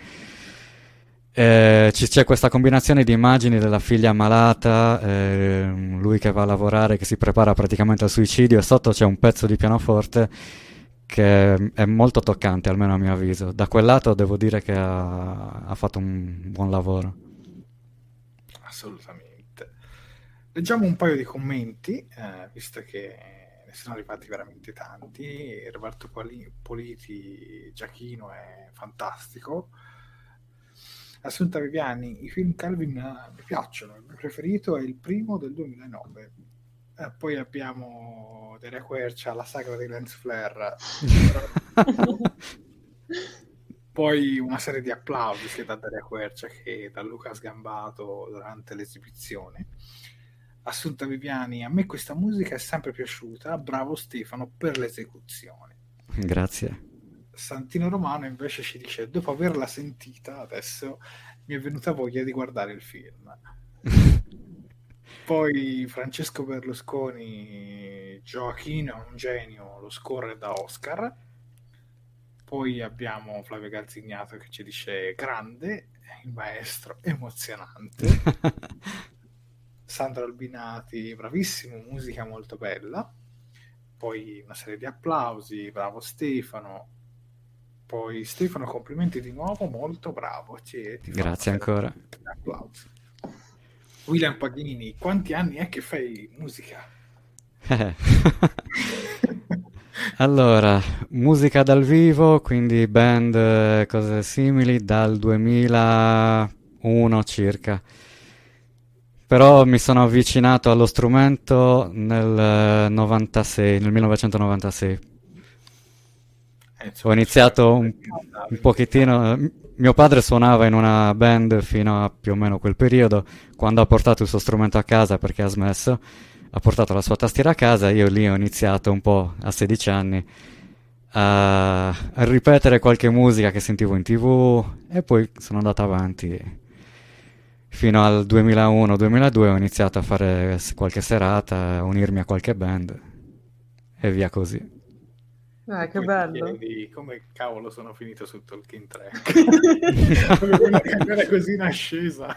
C'è questa combinazione di immagini della figlia malata, lui che va a lavorare, che si prepara praticamente al suicidio, e sotto c'è un pezzo di pianoforte che è molto toccante, almeno a mio avviso. Da quel lato devo dire che ha fatto un buon lavoro. Assolutamente. Leggiamo un paio di commenti, visto che ne sono arrivati veramente tanti. Roberto Politi, Giacchino è fantastico. Assunta Viviani, i film Calvin mi piacciono, il mio preferito è il primo del 2009. Poi abbiamo Daria Quercia, la sagra di Lens Flare. Poi una serie di applausi sia da Daria Quercia che da Luca Sgambato durante l'esibizione. Assunta Viviani, a me questa musica è sempre piaciuta, bravo Stefano per l'esecuzione. Grazie. Santino Romano invece ci dice: dopo averla sentita adesso mi è venuta voglia di guardare il film. Poi Francesco Berlusconi, Gioachino è un genio, lo score da Oscar. Poi abbiamo Flavio Gazzignato che ci dice: grande, il maestro, emozionante. Sandro Albinati, bravissimo, musica molto bella. Poi una serie di applausi, bravo Stefano. Poi Stefano, complimenti di nuovo, molto bravo. Grazie ancora. Applausi. William Paghini, quanti anni è che fai musica? Allora, musica dal vivo, quindi band, cose simili, dal 2001 circa. Però mi sono avvicinato allo strumento nel 1996. Ho iniziato un pochettino. Mio padre suonava in una band fino a più o meno quel periodo. Quando ha portato il suo strumento a casa, perché ha smesso, ha portato la sua tastiera a casa. Io lì ho iniziato un po' a 16 anni a ripetere qualche musica che sentivo in TV, e poi sono andato avanti fino al 2001-2002. Ho iniziato a fare qualche serata, a unirmi a qualche band e via così. Che bello. Come cavolo sono finito su Talking Track? Come una carriera così in ascesa.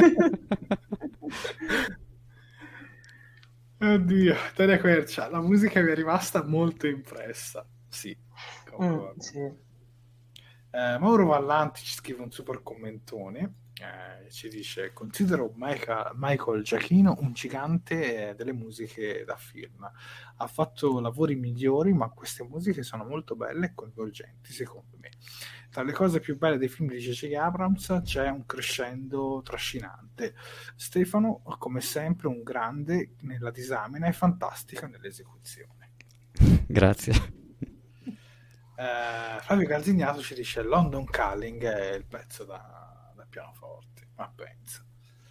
Oddio, Teria Quercia, la musica mi è rimasta molto impressa. Sì, sì. Mauro Vallanti ci scrive un super commentone. Ci dice: considero Michael Giacchino un gigante delle musiche da film. Ha fatto lavori migliori, ma queste musiche sono molto belle e coinvolgenti, secondo me. Tra le cose più belle dei film di J.J. Abrams c'è un crescendo trascinante. Stefano, come sempre, un grande nella disamina e fantastico nell'esecuzione. Grazie. Flavio Calzignato ci dice: London Calling è il pezzo da pianoforte, ma pensa.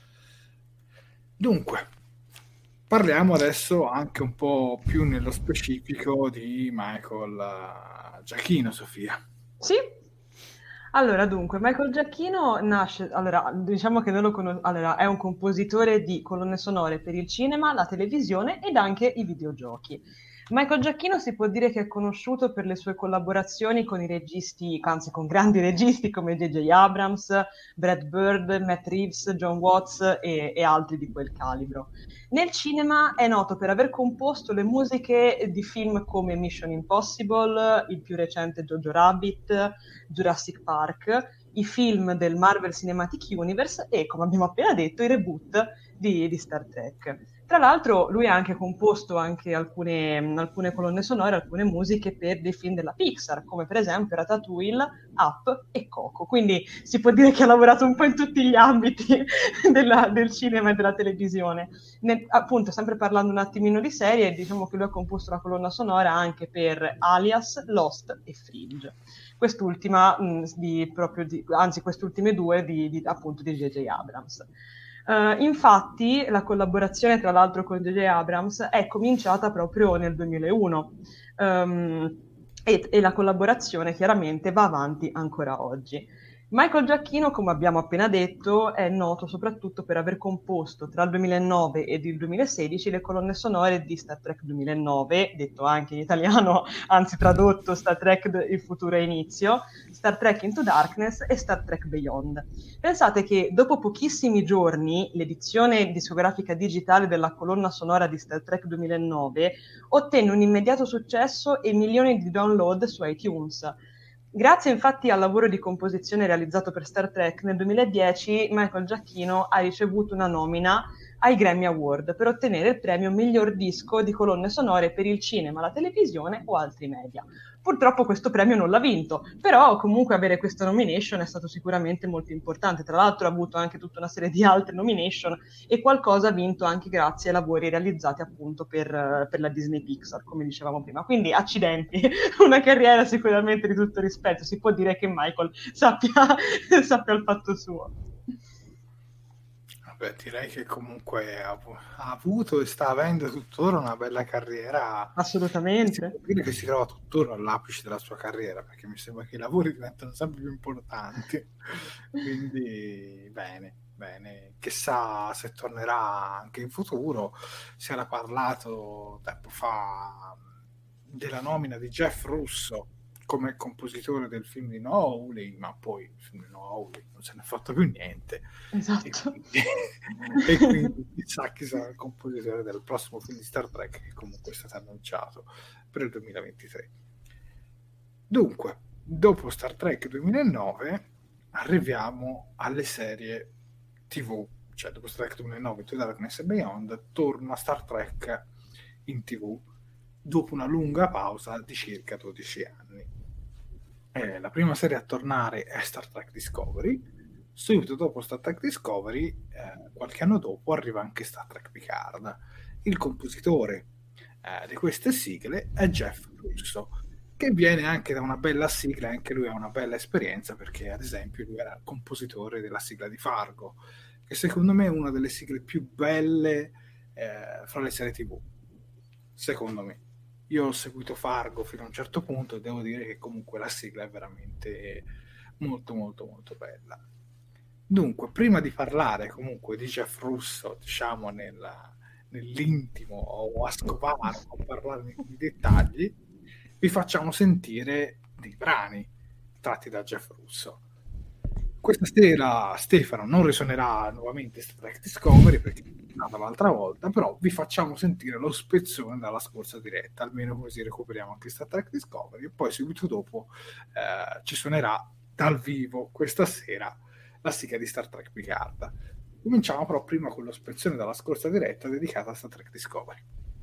Dunque, parliamo adesso anche un po' più nello specifico di Michael Giacchino, Sofia. Sì. Allora, dunque, Michael Giacchino nasce, diciamo che noi lo conosciamo, è un compositore di colonne sonore per il cinema, la televisione ed anche i videogiochi. Michael Giacchino si può dire che è conosciuto per le sue collaborazioni con i registi, anzi con grandi registi come J.J. Abrams, Brad Bird, Matt Reeves, John Watts e altri di quel calibro. Nel cinema è noto per aver composto le musiche di film come Mission Impossible, il più recente Jojo Rabbit, Jurassic Park, i film del Marvel Cinematic Universe e, come abbiamo appena detto, i reboot di Star Trek. Tra l'altro lui ha anche composto anche alcune colonne sonore, alcune musiche per dei film della Pixar, come per esempio Ratatouille, Up e Coco. Quindi si può dire che ha lavorato un po' in tutti gli ambiti del cinema e della televisione. Appunto, sempre parlando un attimino di serie, diciamo che lui ha composto la colonna sonora anche per Alias, Lost e Fringe. Quest'ultima, queste ultime due appunto di J.J. Abrams. Infatti la collaborazione tra l'altro con J.J. Abrams è cominciata proprio nel 2001 e la collaborazione chiaramente va avanti ancora oggi. Michael Giacchino, come abbiamo appena detto, è noto soprattutto per aver composto tra il 2009 ed il 2016 le colonne sonore di Star Trek 2009, detto anche in italiano, anzi tradotto Star Trek Il futuro è inizio, Star Trek Into Darkness e Star Trek Beyond. Pensate che dopo pochissimi giorni l'edizione discografica digitale della colonna sonora di Star Trek 2009 ottenne un immediato successo e milioni di download su iTunes. Grazie infatti al lavoro di composizione realizzato per Star Trek, nel 2010 Michael Giacchino ha ricevuto una nomina ai Grammy Award per ottenere il premio miglior disco di colonne sonore per il cinema, la televisione o altri media. Purtroppo questo premio non l'ha vinto, però comunque avere questa nomination è stato sicuramente molto importante. Tra l'altro ha avuto anche tutta una serie di altre nomination e qualcosa ha vinto anche grazie ai lavori realizzati appunto per la Disney Pixar, come dicevamo prima. Quindi accidenti, una carriera sicuramente di tutto rispetto. Si può dire che Michael sappia il fatto suo. Beh, direi che comunque ha avuto e sta avendo tuttora una bella carriera. Assolutamente. Si può dire che si trova tuttora all'apice della sua carriera, perché mi sembra che i lavori diventano sempre più importanti. Quindi bene. Chissà se tornerà anche in futuro. Si era parlato tempo fa della nomina di Jeff Russo come compositore del film di Noah Hawley, ma poi il film di Noah Hawley non se ne è fatto più niente. Esatto. E quindi chissà chi sarà il compositore del prossimo film di Star Trek, che comunque è stato annunciato per il 2023. Dunque, dopo Star Trek 2009 arriviamo alle serie TV, cioè dopo Star Trek 2009 To Darkness and Beyond torna Star Trek in TV dopo una lunga pausa di circa 12 anni. La prima serie a tornare è Star Trek Discovery. Subito dopo Star Trek Discovery, qualche anno dopo, arriva anche Star Trek Picard. Il compositore di queste sigle è Jeff Russo, che viene anche da una bella sigla, anche lui ha una bella esperienza, perché ad esempio lui era il compositore della sigla di Fargo, che secondo me è una delle sigle più belle fra le serie TV, secondo me. Io ho seguito Fargo fino a un certo punto e devo dire che comunque la sigla è veramente molto molto molto bella. Dunque, prima di parlare comunque di Jeff Russo, diciamo nell'intimo o a scovare o parlare di dettagli, vi facciamo sentire dei brani tratti da Jeff Russo. Questa sera Stefano non risuonerà nuovamente Star Trek Discovery perché è stata l'altra volta, però vi facciamo sentire lo spezzone dalla scorsa diretta, almeno così recuperiamo anche Star Trek Discovery, e poi subito dopo ci suonerà dal vivo questa sera la sigla di Star Trek Picard. Cominciamo però prima con lo spezzone dalla scorsa diretta dedicata a Star Trek Discovery.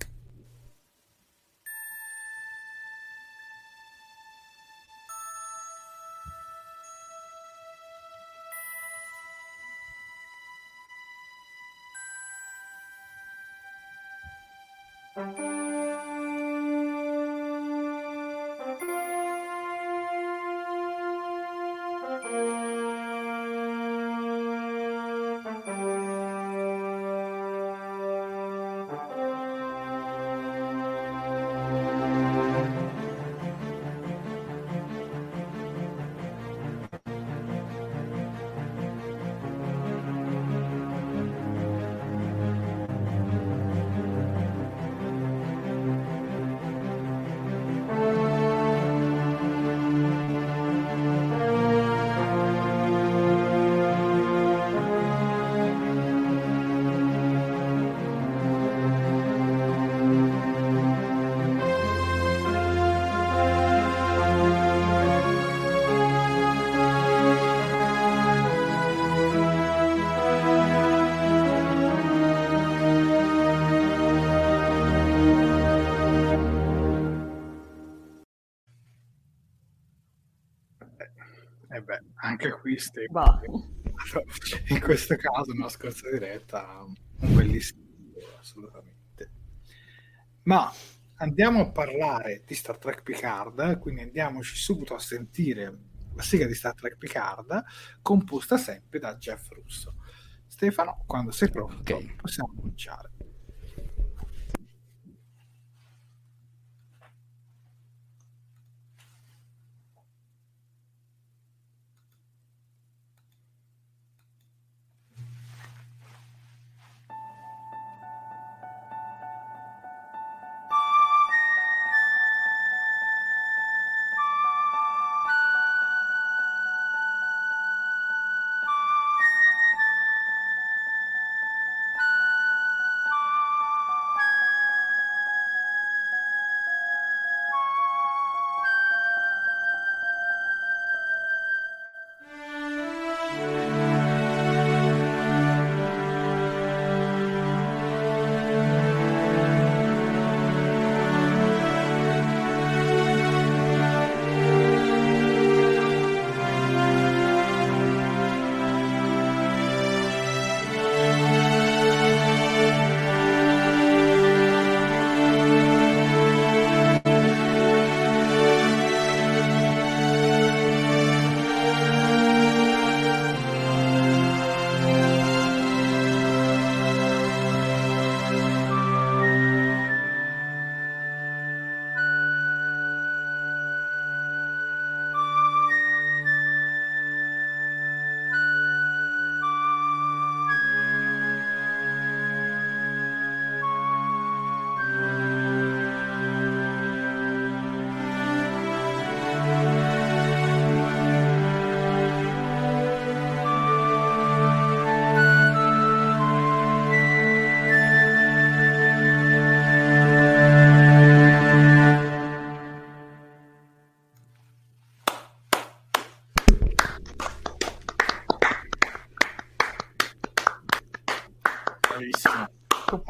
Anche qui in questo caso nella scorsa diretta un bellissimo assolutamente. Ma andiamo a parlare di Star Trek Picard, quindi andiamoci subito a sentire la sigla di Star Trek Picard composta sempre da Jeff Russo. Stefano, quando sei pronto, possiamo cominciare.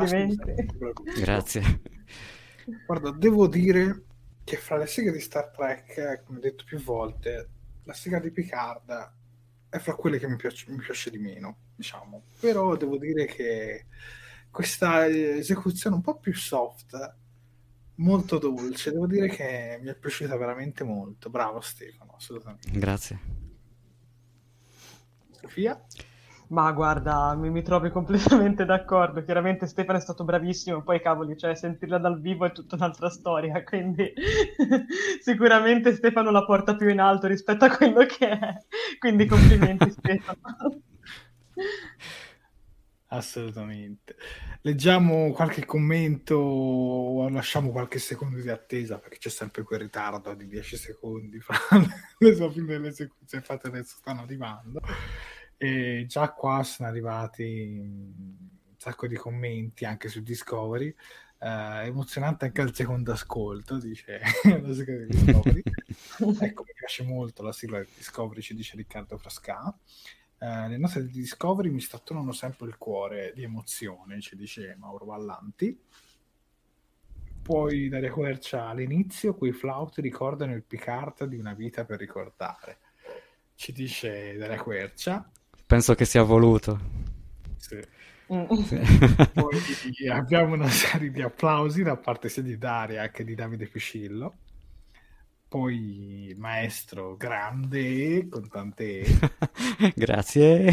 complimenti. Grazie. Guarda, devo dire che fra le seghe di Star Trek, come ho detto più volte, la sega di Picard è fra quelle che mi piace di meno, diciamo. Però devo dire che questa esecuzione un po' più soft, molto dolce, devo dire che mi è piaciuta veramente molto. Bravo Stefano, assolutamente. Grazie. Sofia? Ma guarda, mi trovi completamente d'accordo. Chiaramente Stefano è stato bravissimo, poi cavoli, cioè sentirla dal vivo è tutta un'altra storia, quindi sicuramente Stefano la porta più in alto rispetto a quello che è. Quindi complimenti Stefano. Assolutamente. Leggiamo qualche commento o lasciamo qualche secondo di attesa, perché c'è sempre quel ritardo di 10 secondi fra le esecuzioni fatte, adesso stanno arrivando. E già qua sono arrivati un sacco di commenti anche su Discovery. Emozionante anche al secondo ascolto, dice la sigla di Discovery. Ecco, mi piace molto la sigla di Discovery, ci dice Riccardo Frasca. Le note di Discovery mi strattonano sempre il cuore di emozione, ci dice Mauro Vallanti. Poi Daria Quercia, all'inizio quei flauti ricordano il Picard di Una vita per ricordare, ci dice Daria Quercia. Penso che sia voluto. Sì. Sì. Poi abbiamo una serie di applausi da parte sia di Daria che di Davide Piscillo. Poi il maestro grande con tante Grazie.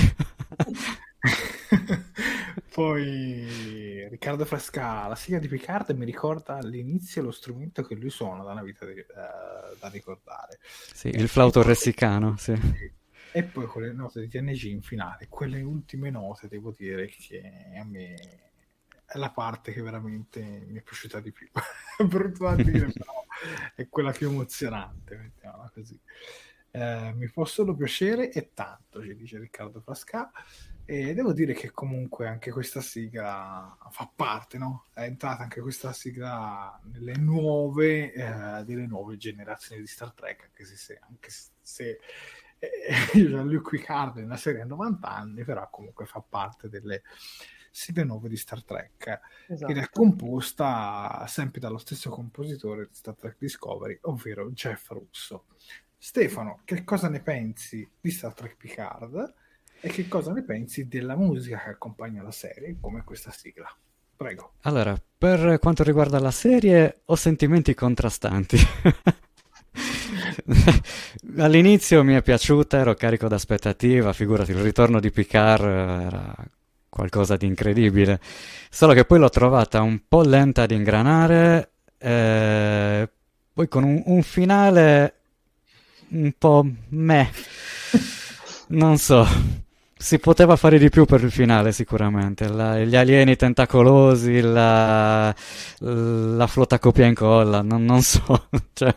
Poi Riccardo Frasca, la sigla di Picard mi ricorda all'inizio lo strumento che lui suona da Una vita da ricordare. Sì, il flauto ressicano, sì. E poi con le note di TNG in finale, quelle ultime note, devo dire che a me è la parte che veramente mi è piaciuta di più. È brutto da dire, però è quella più emozionante, mettiamola così. Mi può solo piacere e tanto, ci dice Riccardo Frasca. E devo dire che comunque anche questa sigla fa parte, no? È entrata anche questa sigla nelle delle nuove generazioni di Star Trek, anche se Luke Picard nella serie ha 90 anni, però comunque fa parte delle sigle nuove di Star Trek. Esatto. Ed è composta sempre dallo stesso compositore di Star Trek Discovery, ovvero Jeff Russo. Stefano, che cosa ne pensi di Star Trek Picard e che cosa ne pensi della musica che accompagna la serie, come questa sigla? Prego. Allora, per quanto riguarda la serie, ho sentimenti contrastanti. All'inizio mi è piaciuta, ero carico d'aspettativa, figurati, il ritorno di Picard era qualcosa di incredibile, solo che poi l'ho trovata un po' lenta ad ingranare, poi con un finale un po' meh, non so, si poteva fare di più per il finale sicuramente, gli alieni tentacolosi, la flotta copia e incolla, non so, cioè...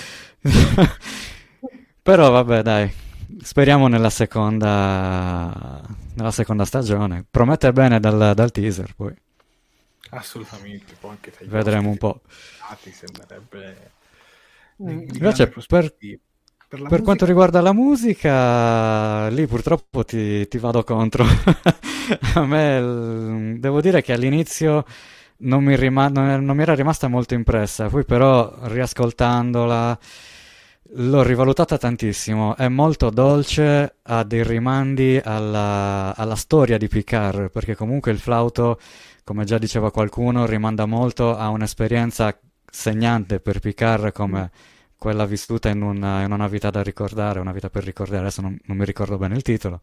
Però vabbè, dai, speriamo nella seconda stagione. Promette bene dal teaser, poi Assolutamente, poi anche vedremo un po'. Sembrerebbe Invece per quanto riguarda la musica, lì purtroppo ti vado contro. A me devo dire che all'inizio non mi era rimasta molto impressa, poi però riascoltandola l'ho rivalutata tantissimo, è molto dolce, ha dei rimandi alla storia di Picard, perché comunque il flauto, come già diceva qualcuno, rimanda molto a un'esperienza segnante per Picard come quella vissuta in una vita da ricordare, una vita per ricordare, adesso non mi ricordo bene il titolo.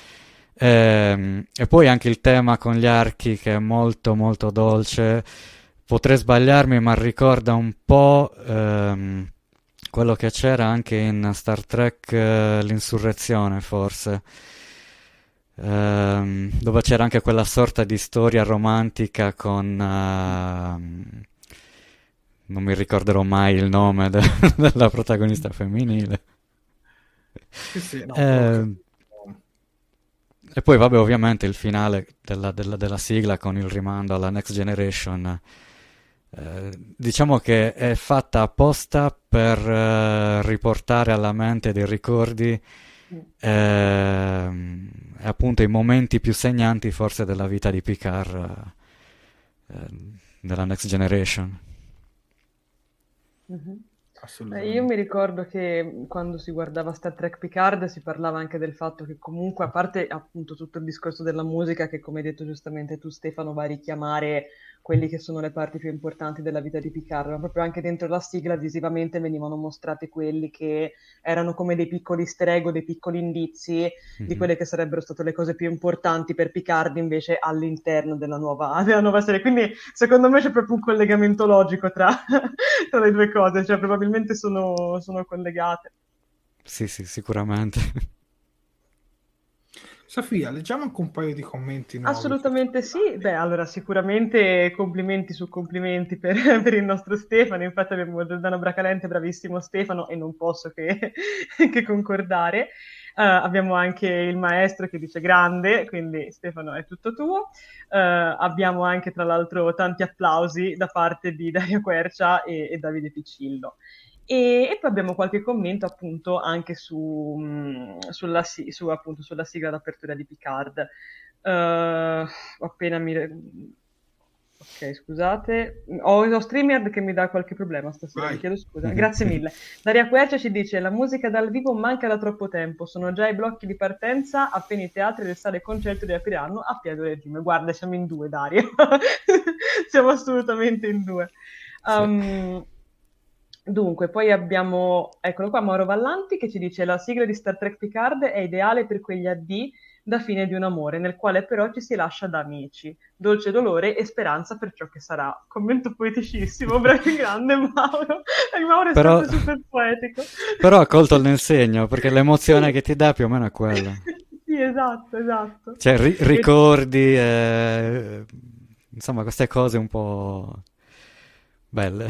E poi anche il tema con gli archi che è molto molto dolce, potrei sbagliarmi ma ricorda un po' quello che c'era anche in Star Trek l'Insurrezione forse, dove c'era anche quella sorta di storia romantica con non mi ricorderò mai il nome della protagonista femminile. Sì, no, e poi vabbè, ovviamente il finale della sigla con il rimando alla Next Generation, diciamo che è fatta apposta per riportare alla mente dei ricordi appunto i momenti più segnanti forse della vita di Picard della Next Generation. Assolutamente. Io mi ricordo che quando si guardava Star Trek Picard si parlava anche del fatto che comunque, a parte appunto tutto il discorso della musica, che come hai detto giustamente tu Stefano, va a richiamare quelli che sono le parti più importanti della vita di Picard, ma proprio anche dentro la sigla visivamente venivano mostrati quelli che erano come dei piccoli easter egg o dei piccoli indizi di quelle che sarebbero state le cose più importanti per Picard invece all'interno della nuova serie. Quindi secondo me c'è proprio un collegamento logico tra le due cose, cioè probabilmente sono collegate. Sì, sicuramente. Sofia, leggiamo anche un paio di commenti nuovi. Assolutamente sì. Beh, allora sicuramente complimenti su complimenti per il nostro Stefano. Infatti abbiamo Giordano Bracalente, bravissimo Stefano, e non posso che concordare. Abbiamo anche il maestro che dice grande, quindi Stefano è tutto tuo. Abbiamo anche tra l'altro tanti applausi da parte di Daria Quercia e Davide Piccillo. E poi abbiamo qualche commento appunto anche sulla sigla d'apertura di Picard. Appena Ok, scusate. Ho StreamYard che mi dà qualche problema stasera, vi chiedo scusa. Grazie mille. Daria Quercia ci dice: la musica dal vivo manca da troppo tempo, sono già i blocchi di partenza, appena i teatri e le sale concerto riapriranno a pieno regime. Guarda, siamo in due, Daria. Siamo assolutamente in due. Dunque, poi abbiamo, eccolo qua, Mauro Vallanti che ci dice: la sigla di Star Trek Picard è ideale per quegli addii da fine di un amore, nel quale però ci si lascia da amici. Dolce dolore e speranza per ciò che sarà. Commento poeticissimo, bravi, grande Mauro. Mauro è sempre super poetico. Però ha colto nel segno, perché l'emozione che ti dà più o meno è quella. Sì, esatto. Cioè, ricordi, insomma, queste cose un po' belle.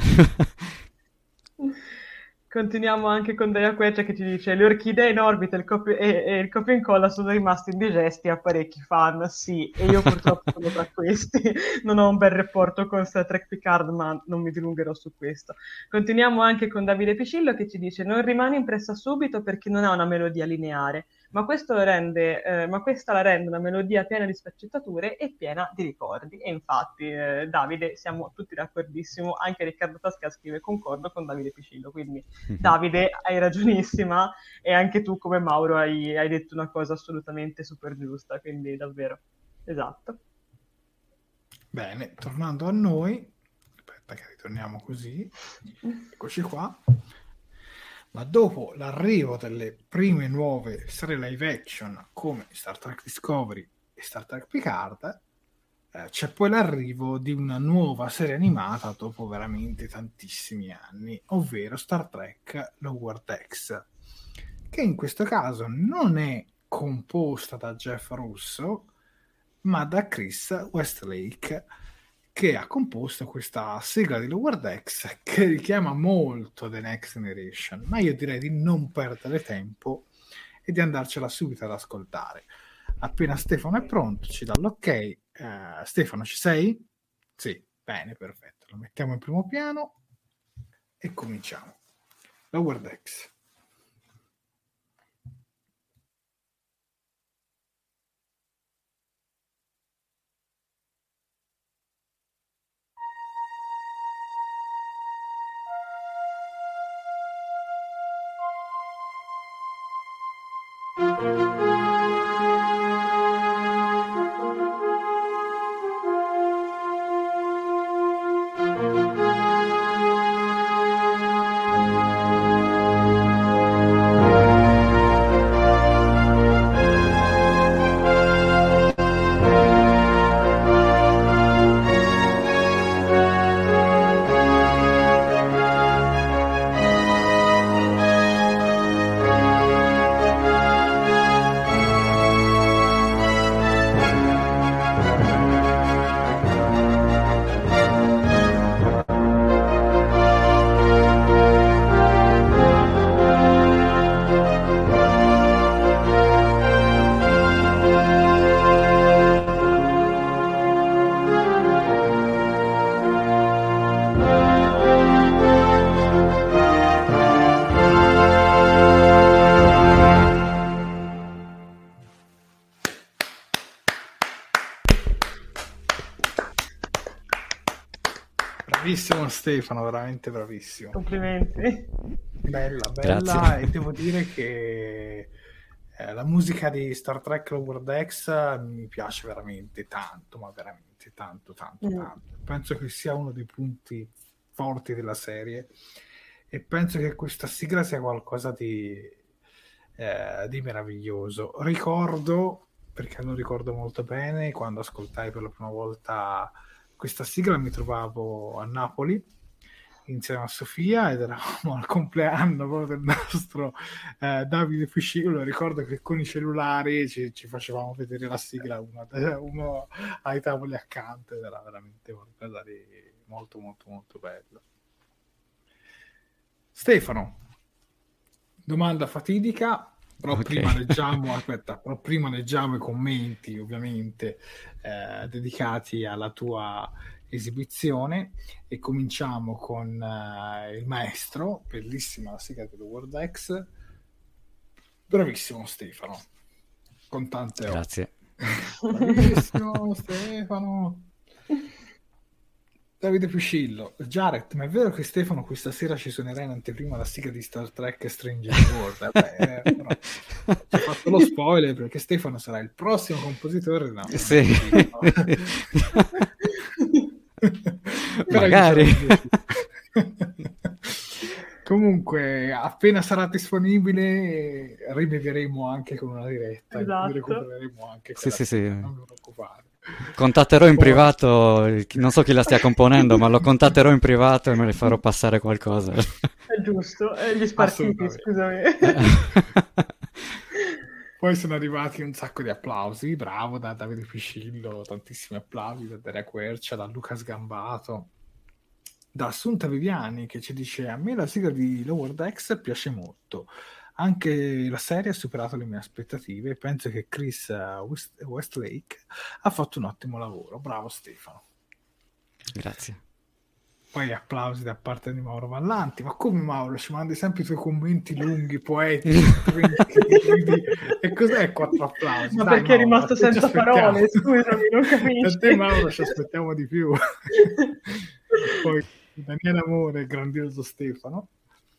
Continuiamo anche con Daria Quercia che ci dice: le orchidee in orbita e il copia e incolla sono rimasti indigesti a parecchi fan. Sì, e io purtroppo sono tra questi. Non ho un bel rapporto con Star Trek Picard, ma non mi dilungherò su questo. Continuiamo anche con Davide Picillo che ci dice: non rimane impressa subito perché non ha una melodia lineare, ma questa la rende una melodia piena di sfaccettature e piena di ricordi. E infatti, Davide, siamo tutti d'accordissimo. Anche Riccardo Tasca scrive: concordo con Davide Picillo. Quindi Davide, hai ragionissima, e anche tu come Mauro hai detto una cosa assolutamente super giusta, quindi davvero, esatto. Bene, tornando a noi, aspetta che ritorniamo così, eccoci qua. Ma dopo l'arrivo delle prime nuove serie live action come Star Trek Discovery e Star Trek Picard, c'è poi l'arrivo di una nuova serie animata dopo veramente tantissimi anni, ovvero Star Trek Lower Decks, che in questo caso non è composta da Jeff Russo, ma da Chris Westlake, che ha composto questa sigla di Lower Decks che richiama molto The Next Generation, ma io direi di non perdere tempo e di andarcela subito ad ascoltare. Appena Stefano è pronto ci dà l'ok. Stefano, ci sei? Sì, bene, perfetto. Lo mettiamo in primo piano e cominciamo. Lower Decks. Bravissimo Stefano, veramente bravissimo. Complimenti. Bella, Grazie. e devo dire che la musica di Star Trek Lower Decks mi piace veramente tanto, ma veramente tanto. Penso che sia uno dei punti forti della serie e penso che questa sigla sia qualcosa di meraviglioso. Ricordo, perché lo ricordo molto bene, quando ascoltai per la prima volta questa sigla mi trovavo a Napoli insieme a Sofia ed eravamo al compleanno proprio del nostro Davide Fucillo. Ricordo che con i cellulari ci facevamo vedere la sigla uno ai tavoli accanto ed era veramente qualcosa di molto bello. Stefano, domanda fatidica, però Ok. prima leggiamo i commenti ovviamente dedicati alla tua esibizione e cominciamo con il maestro, bellissima la sigla di Lower Decks, bravissimo Stefano, con tante O. Grazie. Bravissimo Stefano. Davide Puscillo, Jared, ma è vero che Stefano questa sera ci suonerà in anteprima la sigla di Star Trek Stranger World? Però ci ha fatto lo spoiler perché Stefano sarà il prossimo compositore. No, Sì. Però Magari. Comunque, appena sarà disponibile, rivedremo anche con una diretta. Esatto. Recupereremo anche Sì. non mi preoccupare. Contatterò in privato, non so chi la stia componendo, ma lo contatterò in privato e me ne farò passare qualcosa. È giusto, gli spartiti, scusami. Poi sono arrivati un sacco di applausi, bravo da Davide Piscillo, tantissimi applausi da Daria Quercia, da Luca Sgambato, da Assunta Viviani che ci dice: a me la sigla di Lower Decks piace molto, anche la serie ha superato le mie aspettative e penso che Chris Westlake ha fatto un ottimo lavoro. Bravo Stefano. Grazie. Poi applausi da parte di Mauro Vallanti. Ma come Mauro? Ci mandi sempre i tuoi commenti lunghi, poetici. E cos'è 4 applausi? Ma dai, perché è Mauro, rimasto senza parole? Scusami, non capisci. Da te Mauro ci aspettiamo di più. Poi Daniele Amore, grandioso Stefano.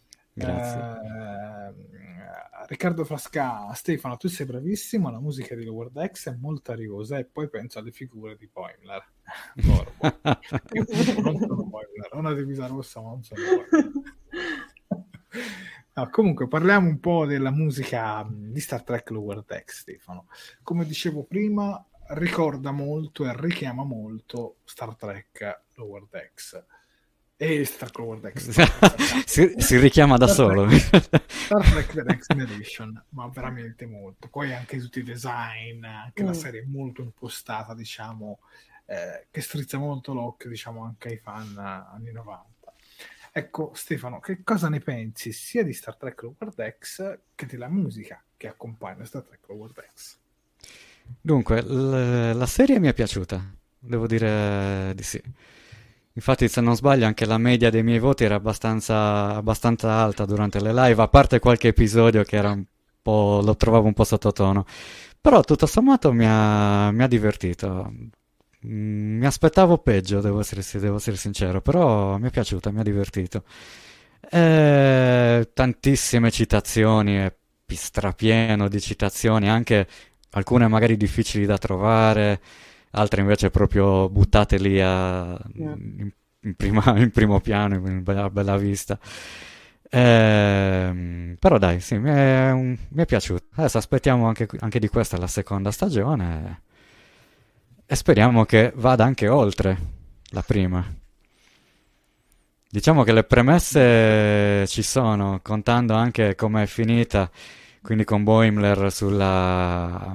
Riccardo Frasca, Stefano, tu sei bravissimo, la musica di Lower Decks è molto ariosa e poi penso alle figure di Boimler. Non sono Boimler, una divisa rossa ma non sono Boimler. No, comunque parliamo un po' della musica di Star Trek Lower Decks, Stefano. Come dicevo prima, ricorda molto e richiama molto Star Trek Lower Decks. E Star Trek Lower Decks si richiama da solo. Star Trek The Next Generation, ma veramente molto. Poi anche tutti i design, anche la serie è molto impostata, diciamo, che strizza molto l'occhio, diciamo, anche ai fan anni 90. Ecco, Stefano, che cosa ne pensi sia di Star Trek Lower Decks che della musica che accompagna Star Trek Lower Decks? Dunque, la serie mi è piaciuta, devo dire di sì. Infatti, se non sbaglio, anche la media dei miei voti era abbastanza alta durante le live, a parte qualche episodio che era lo trovavo un po' sottotono. Però, tutto sommato, mi ha divertito. Mi aspettavo peggio, devo essere sincero, però mi è piaciuta, mi ha divertito. Tantissime citazioni, è strapieno di citazioni, anche alcune magari difficili da trovare, altre invece proprio buttate lì in primo piano, in bella vista. Però dai, sì, mi è piaciuto. Adesso aspettiamo anche di questa la seconda stagione e speriamo che vada anche oltre la prima. Diciamo che le premesse ci sono, contando anche come è finita, quindi con Boimler sulla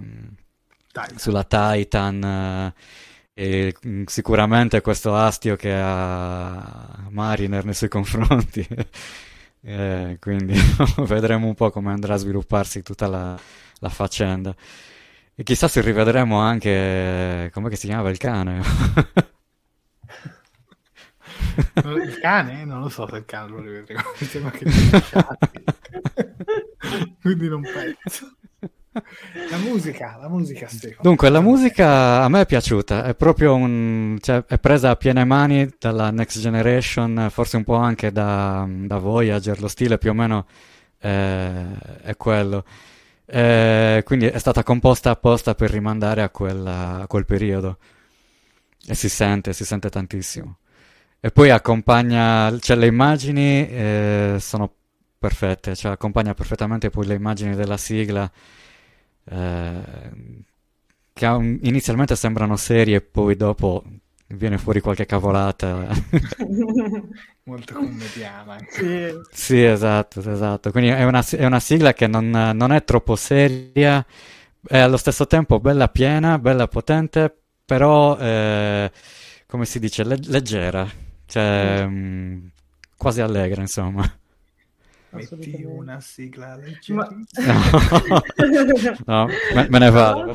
Titan, e sicuramente questo astio che ha Mariner nei suoi confronti. Quindi vedremo un po' come andrà a svilupparsi tutta la faccenda. E chissà se rivedremo anche com'è che si chiamava il cane. Il cane? Non lo so se il cane lo rivedremo. Mi sembra che li lasciati. Quindi non penso. La musica, Stefano. Dunque, la musica a me è piaciuta, è proprio cioè, è presa a piene mani dalla Next Generation, forse un po' anche da Voyager, lo stile più o meno è quello. Quindi è stata composta apposta per rimandare a quel periodo e si sente tantissimo. E poi accompagna, cioè le immagini sono perfette, cioè accompagna perfettamente poi le immagini della sigla che inizialmente sembrano serie e poi dopo viene fuori qualche cavolata. Molto commediana. Sì. Sì, esatto. Quindi è una sigla che non è troppo seria, è allo stesso tempo bella piena, bella potente, però come si dice, leggera, cioè quasi allegra, insomma. Metti una sigla Ma- leggerissima. No, me ne vado.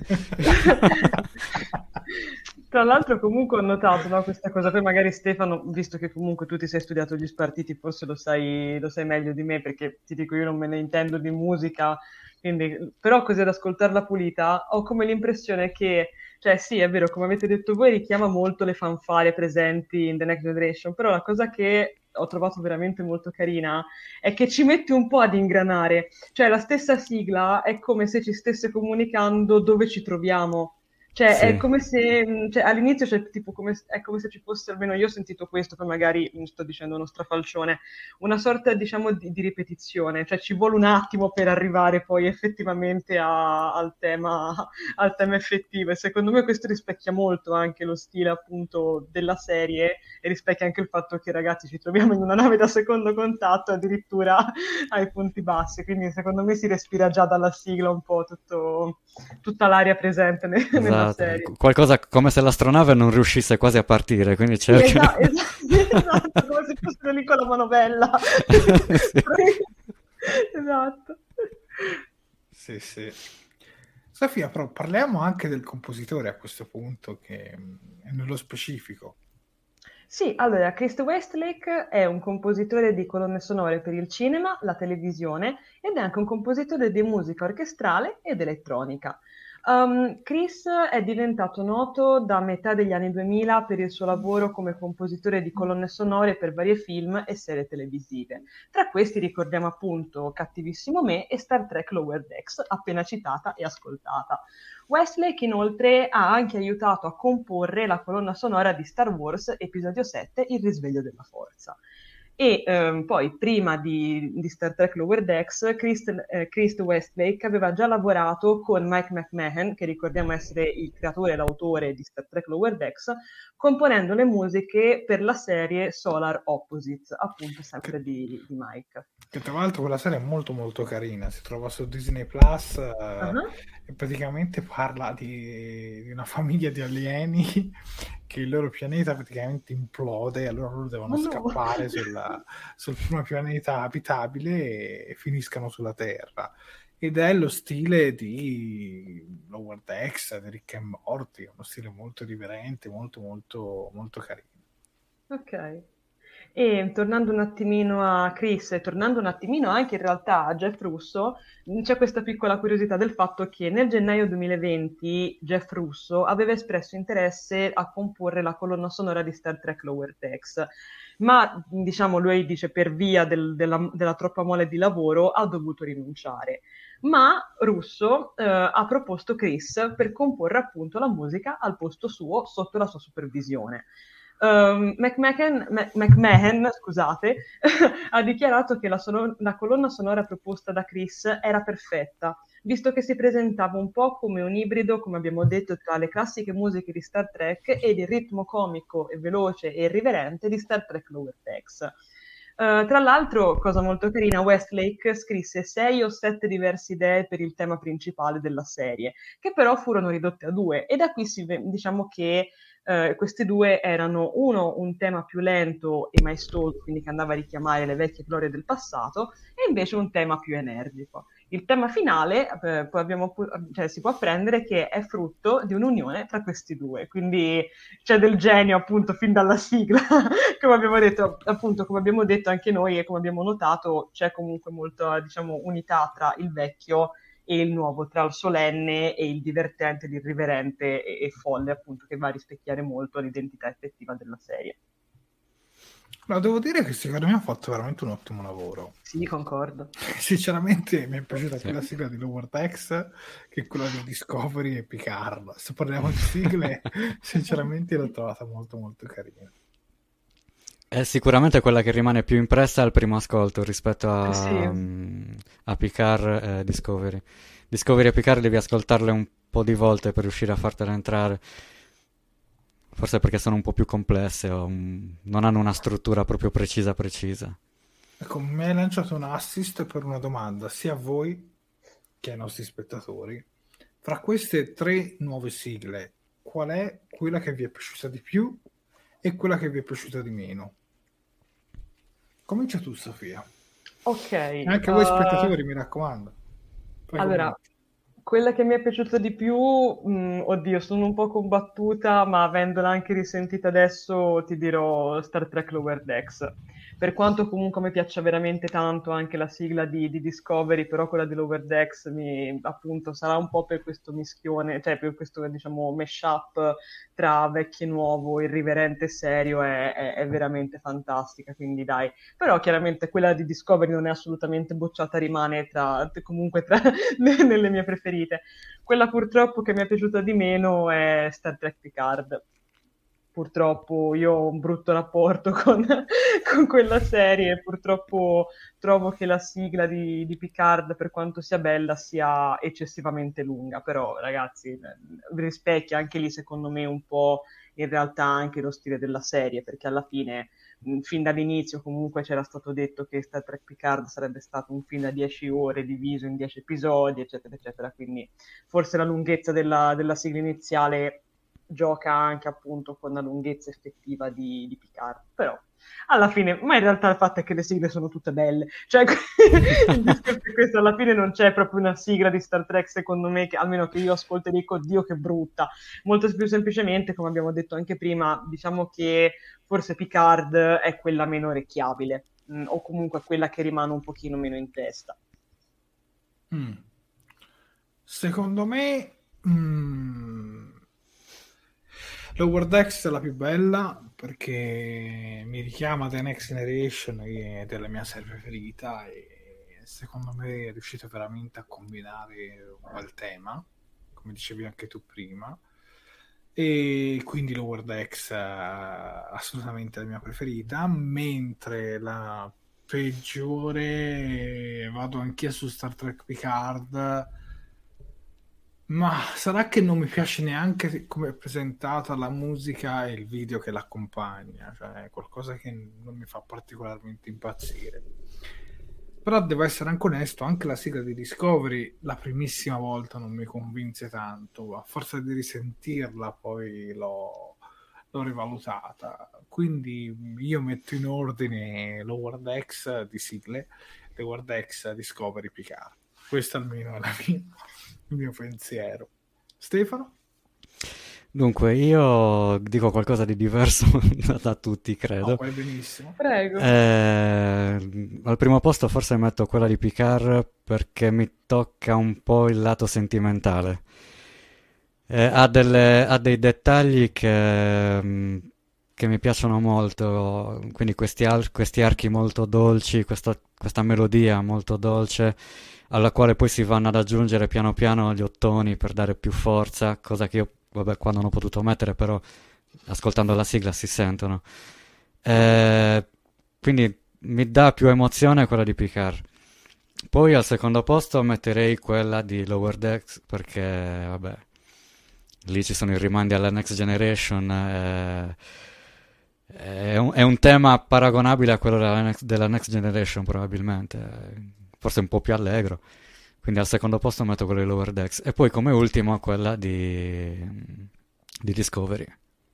Tra l'altro comunque ho notato, no, questa cosa, poi magari Stefano, visto che comunque tu ti sei studiato gli spartiti, forse lo sai meglio di me, perché ti dico io non me ne intendo di musica, quindi, però così ad ascoltarla pulita ho come l'impressione che, cioè sì, è vero, come avete detto voi, richiama molto le fanfare presenti in The Next Generation, però la cosa che ho trovato veramente molto carina è che ci mette un po' ad ingranare, cioè la stessa sigla è come se ci stesse comunicando dove ci troviamo. Cioè, è Sì. come se, cioè, all'inizio c'è tipo è come se ci fosse, almeno io ho sentito questo, poi magari mi sto dicendo uno strafalcione, una sorta, diciamo, di ripetizione, cioè ci vuole un attimo per arrivare poi effettivamente al tema effettivo, e secondo me questo rispecchia molto anche lo stile appunto della serie, e rispecchia anche il fatto che ragazzi ci troviamo in una nave da secondo contatto, addirittura ai punti bassi, quindi secondo me si respira già dalla sigla un po' tutta l'aria presente nella Esatto, serie. qualcosa come se l'astronave non riuscisse quasi a partire, quindi Sì, cerca... esatto, come se fossero lì con la manovella. Sì. Esatto. Sì, sì. Sofia, però parliamo anche del compositore a questo punto, che è nello specifico. Sì, allora, Chris Westlake è un compositore di colonne sonore per il cinema, la televisione ed è anche un compositore di musica orchestrale ed elettronica. Chris è diventato noto da metà degli anni 2000 per il suo lavoro come compositore di colonne sonore per vari film e serie televisive. Tra questi ricordiamo appunto Cattivissimo Me e Star Trek Lower Decks, appena citata e ascoltata. Westlake inoltre ha anche aiutato a comporre la colonna sonora di Star Wars Episodio 7, Il risveglio della forza. E poi, prima di Star Trek Lower Decks, Chris Westlake aveva già lavorato con Mike McMahon, che ricordiamo essere il creatore e l'autore di Star Trek Lower Decks, componendo le musiche per la serie Solar Opposites, appunto sempre di Mike. Che tra l'altro quella serie è molto molto carina, si trova su Disney Plus e praticamente parla di una famiglia di alieni che il loro pianeta praticamente implode e allora loro devono scappare sul primo pianeta abitabile e finiscano sulla Terra. Ed è lo stile di Lower Decks, di Rick and Morty, uno stile molto riverente, molto molto molto carino. Ok. E tornando un attimino a Chris e tornando un attimino anche in realtà a Jeff Russo, c'è questa piccola curiosità del fatto che nel gennaio 2020 Jeff Russo aveva espresso interesse a comporre la colonna sonora di Star Trek Lower Decks, ma diciamo lui dice per via della troppa mole di lavoro ha dovuto rinunciare. Ma Russo ha proposto Chris per comporre appunto la musica al posto suo sotto la sua supervisione. McMahon, scusate, ha dichiarato che la colonna sonora proposta da Chris era perfetta, visto che si presentava un po' come un ibrido, come abbiamo detto, tra le classiche musiche di Star Trek ed il ritmo comico e veloce e irriverente di Star Trek Lower Decks. Tra l'altro, cosa molto carina, Westlake scrisse 6 o 7 diverse idee per il tema principale della serie, che però furono ridotte a 2, e da qui diciamo che questi 2 erano un tema più lento e maestoso, quindi che andava a richiamare le vecchie glorie del passato, e invece un tema più energico. Il tema finale si può apprendere che è frutto di un'unione tra questi 2, quindi c'è del genio appunto fin dalla sigla, come abbiamo detto anche noi e come abbiamo notato c'è comunque molta, diciamo, unità tra il vecchio e il nuovo tra il solenne e il divertente, l'irriverente e folle, appunto, che va a rispecchiare molto l'identità effettiva della serie. No, devo dire che secondo me ha fatto veramente un ottimo lavoro. Sì, concordo. Sinceramente mi è piaciuta più Sì. la sigla di Lower Decks che quella di Discovery e Picard. Se parliamo di sigle, sinceramente l'ho trovata molto molto carina. È sicuramente quella che rimane più impressa al primo ascolto rispetto Sì. a Picard e Discovery. Discovery e Picard devi ascoltarle un po' di volte per riuscire a fartele entrare. Forse perché sono un po' più complesse o non hanno una struttura proprio precisa. Ecco, mi hai lanciato un assist per una domanda sia a voi che ai nostri spettatori. Fra queste 3 nuove sigle, qual è quella che vi è piaciuta di più e quella che vi è piaciuta di meno? Comincia tu, Sofia. Ok. Anche voi spettatori, mi raccomando. Poi Allora, commenti. quella che mi è piaciuta di più, oddio, sono un po' combattuta, ma avendola anche risentita adesso, ti dirò Star Trek Lower Decks. Per quanto comunque mi piaccia veramente tanto anche la sigla di Discovery, però quella di Lower Decks appunto sarà un po' per questo mischione, cioè per questo, diciamo, mash-up tra vecchio e nuovo, irriverente e serio, è veramente fantastica, quindi dai. Però chiaramente quella di Discovery non è assolutamente bocciata, rimane comunque nelle mie preferite. Quella purtroppo che mi è piaciuta di meno è Star Trek Picard. Purtroppo io ho un brutto rapporto con quella serie e purtroppo trovo che la sigla di Picard, per quanto sia bella, sia eccessivamente lunga. Però ragazzi, rispecchia anche lì secondo me un po' in realtà anche lo stile della serie, perché alla fine fin dall'inizio comunque c'era stato detto che Star Trek Picard sarebbe stato un film da 10 ore diviso in 10 episodi, eccetera, eccetera. Quindi forse la lunghezza della sigla iniziale gioca anche appunto con la lunghezza effettiva di Picard. Però alla fine, ma in realtà il fatto è che le sigle sono tutte belle, cioè il discorso è questo, alla fine non c'è proprio una sigla di Star Trek secondo me, che almeno che io ascolto e dico Dio che brutta, molto più semplicemente, come abbiamo detto anche prima, diciamo che forse Picard è quella meno orecchiabile, o comunque quella che rimane un pochino meno in testa. Secondo me Lower Decks è la più bella perché mi richiama The Next Generation ed è la mia serie preferita e secondo me è riuscito veramente a combinare un bel tema, come dicevi anche tu prima, e quindi Lower Decks è assolutamente la mia preferita, mentre la peggiore vado anch'io su Star Trek Picard. Ma sarà che non mi piace neanche come è presentata la musica e il video che l'accompagna, cioè è qualcosa che non mi fa particolarmente impazzire. Però devo essere anche onesto, anche la sigla di Discovery la primissima volta non mi convinse tanto, a forza di risentirla poi l'ho rivalutata. Quindi io metto in ordine Lower Decks di sigle, Lower Decks Discovery Picard. Questo almeno è il mio pensiero. Stefano? Dunque, io dico qualcosa di diverso da tutti, credo. Vai benissimo. Prego. Al primo posto forse metto quella di Picard perché mi tocca un po' il lato sentimentale. Ha dei dettagli che mi piacciono molto, quindi questi archi molto dolci, questa melodia molto dolce, alla quale poi si vanno ad aggiungere piano piano gli ottoni per dare più forza, cosa che io, vabbè, qua non ho potuto mettere, però ascoltando la sigla si sentono. Quindi mi dà più emozione quella di Picard. Poi al secondo posto metterei quella di Lower Decks perché, vabbè, lì ci sono i rimandi alla Next Generation. È un tema paragonabile a quello della Next Generation probabilmente, forse un po' più allegro, quindi al secondo posto metto quello di Lower Decks e poi come ultimo quella di Discovery,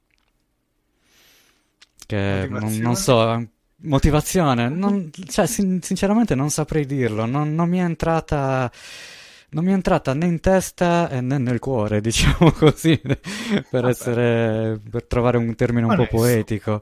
che non so, motivazione, cioè sinceramente non saprei dirlo, non mi è entrata né in testa né nel cuore, diciamo così, per trovare un termine un po' poetico.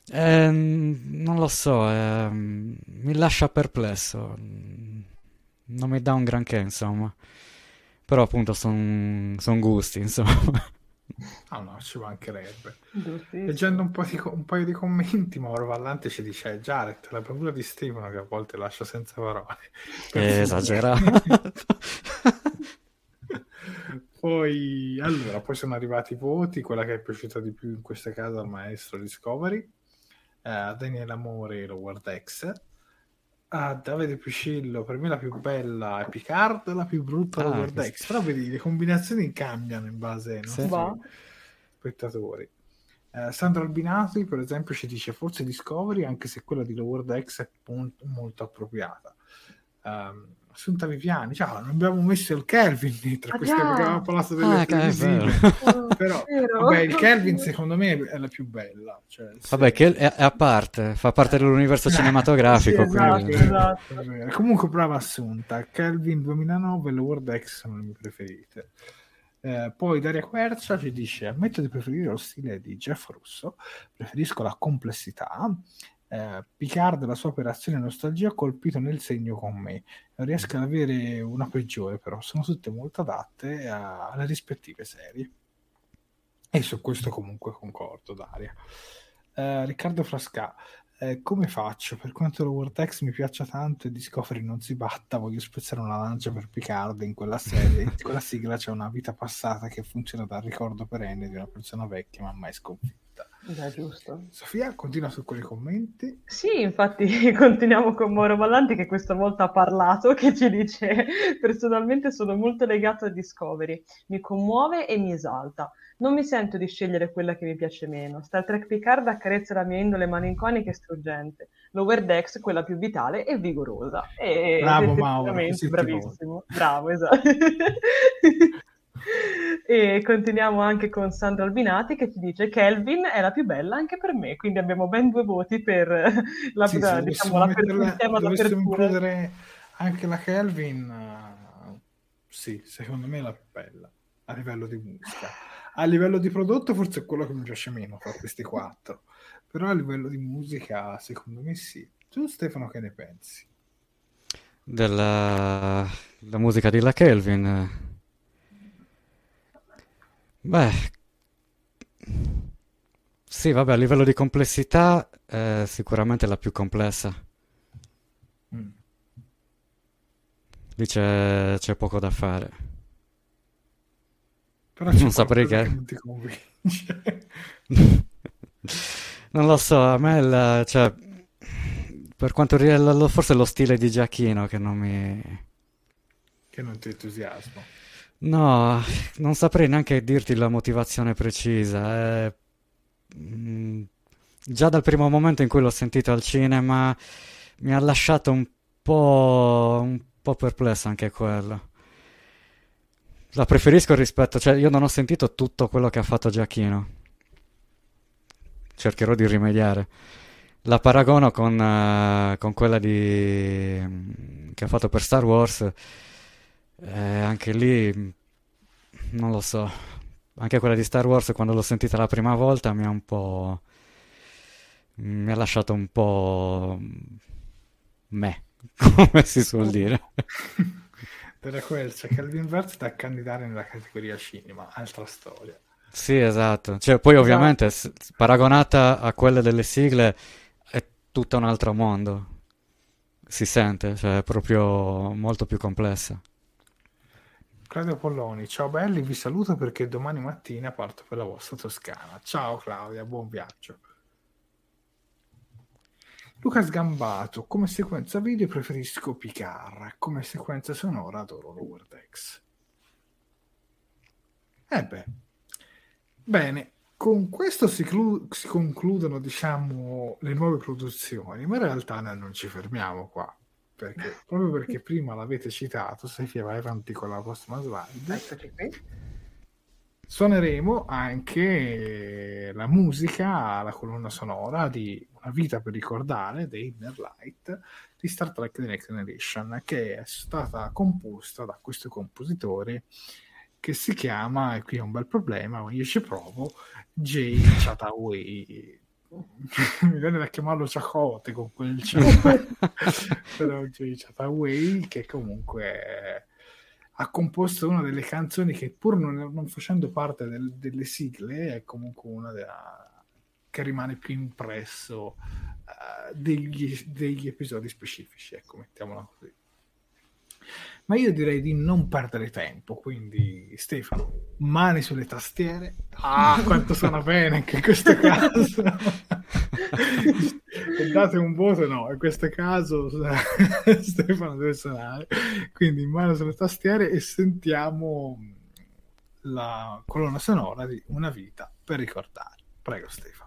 Non lo so, mi lascia perplesso. non mi dà un granché, insomma. Però appunto sono gusti, insomma. No, ci mancherebbe. Giustissimo. Leggendo un paio di commenti, Mauro Vallante ci dice: Jared, la paura di Stefano che a volte lascia senza parole. È esagerato. Poi sono arrivati i voti. Quella che è piaciuta di più in questo caso al maestro Discovery, Daniele Amore e Lower X. Davide Piscillo, per me la più bella è Picard, la più brutta Lower Decks. Però vedi, le combinazioni cambiano in base ai nostri spettatori. Sandro Albinati, per esempio, ci dice forse Discovery, anche se quella di Lower Decks è molto appropriata. Assunta Viviani, ciao, non abbiamo messo il Kelvin tra queste che abbiamo parlato delle televisive. Però vabbè, il Kelvin secondo me è la più bella, cioè, vabbè, che è a parte, fa parte dell'universo cinematografico, sì, quindi... esatto. Comunque brava Assunta. Kelvin 2009 e Lower Decks sono le mie preferite. Poi Daria Quercia ci dice: ammetto di preferire lo stile di Jeff Russo, preferisco la complessità. Picard, la sua operazione nostalgia, ha colpito nel segno con me. Non riesco ad avere una peggiore, però sono tutte molto adatte alle rispettive serie, e su questo comunque concordo, Daria. Riccardo Frasca, come faccio? Per quanto lo Vortex mi piaccia tanto e Discovery non si batta, voglio spezzare una lancia per Picard. In quella serie, in quella sigla c'è una vita passata che funziona da ricordo perenne di una persona vecchia ma mai sconfitta. Giusto. Sofia, continua su quei commenti. Sì, infatti continuiamo con Mauro Vallanti, che questa volta ha parlato, che ci dice: personalmente sono molto legato a Discovery, mi commuove e mi esalta. Non mi sento di scegliere quella che mi piace meno. Star Trek Picard accarezza la mia indole malinconica e struggente. Lower Decks, quella più vitale e vigorosa. Bravo Mauro, bravissimo. Bravo, esatto. E continuiamo anche con Sandro Albinati, che ci dice: Kelvin è la più bella anche per me, quindi abbiamo ben 2 voti per la il tema dovessimo includere anche la Kelvin. Sì, secondo me è la più bella a livello di musica. A livello di prodotto forse è quello che mi piace meno tra questi 4, però a livello di musica secondo me sì. Tu Stefano, che ne pensi? La musica di la Kelvin? Beh, sì, vabbè, a livello di complessità è sicuramente la più complessa. Lì c'è poco da fare. Però non saprei che... non ti convince. Non lo so, a me cioè, per quanto riguarda forse lo stile di Giacchino che non ti entusiasma. No, non saprei neanche dirti la motivazione precisa. Già dal primo momento in cui l'ho sentito al cinema mi ha lasciato un po' perplesso anche quello. La preferisco rispetto... Cioè, io non ho sentito tutto quello che ha fatto Giacchino. Cercherò di rimediare. La paragono con quella che ha fatto per Star Wars. Anche lì, non lo so. Anche quella di Star Wars, quando l'ho sentita la prima volta, mi ha lasciato un po' come si suol dire. Della Quercia, Calvin Verts da candidare nella categoria cinema, altra storia. Sì, esatto. Cioè, poi ovviamente paragonata a quelle delle sigle è tutto un altro mondo. Si sente, cioè è proprio molto più complessa. Claudio Polloni, ciao belli, vi saluto perché domani mattina parto per la vostra Toscana. Ciao Claudia, buon viaggio. Luca Sgambato, come sequenza video preferisco Picard, come sequenza sonora adoro Lower Decks. Bene, con questo si concludono, diciamo, le nuove produzioni, ma in realtà noi non ci fermiamo qua, proprio perché prima l'avete citato. Sofia, vai avanti con la prossima slide. Suoneremo anche la musica, la colonna sonora di Una vita per ricordare, The Inner Light, di Star Trek The Next Generation, che è stata composta da questo compositore che si chiama, e qui è un bel problema, ma io ci provo, Jay Chataway. mi viene da chiamarlo Ciacote con quel però Chataway, che comunque ha composto una delle canzoni che pur non facendo parte delle sigle è comunque una che rimane più impresso degli episodi specifici, ecco, mettiamola così. Ma io direi di non perdere tempo, quindi Stefano, mani sulle tastiere. Quanto suona bene anche in questo caso. E date un voto, no, in questo caso Stefano deve suonare, quindi mani sulle tastiere e sentiamo la colonna sonora di Una vita per ricordare. Prego Stefano.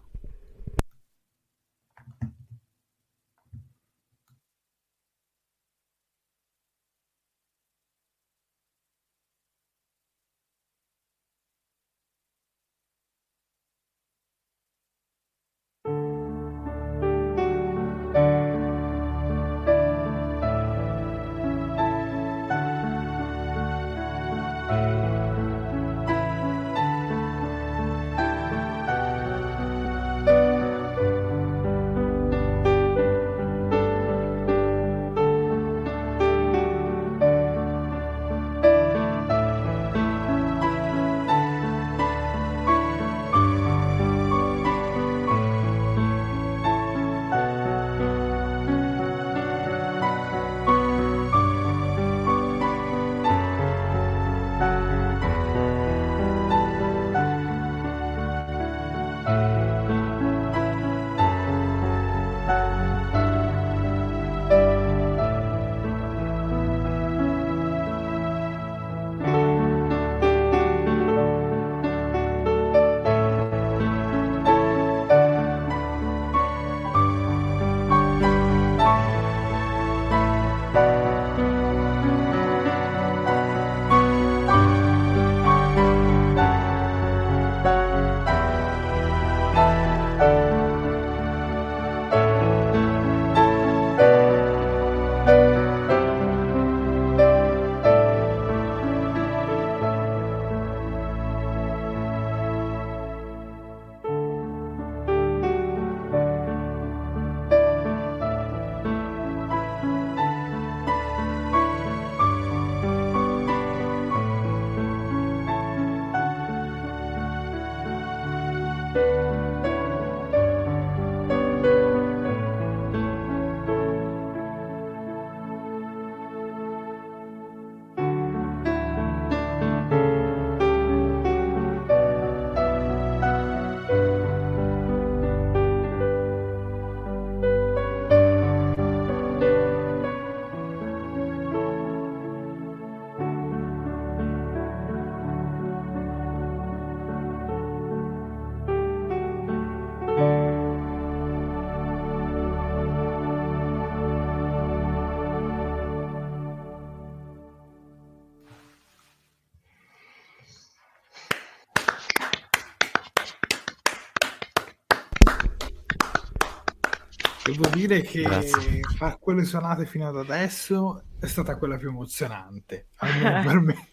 Devo dire che fra quelle suonate fino ad adesso è stata quella più emozionante, almeno per me.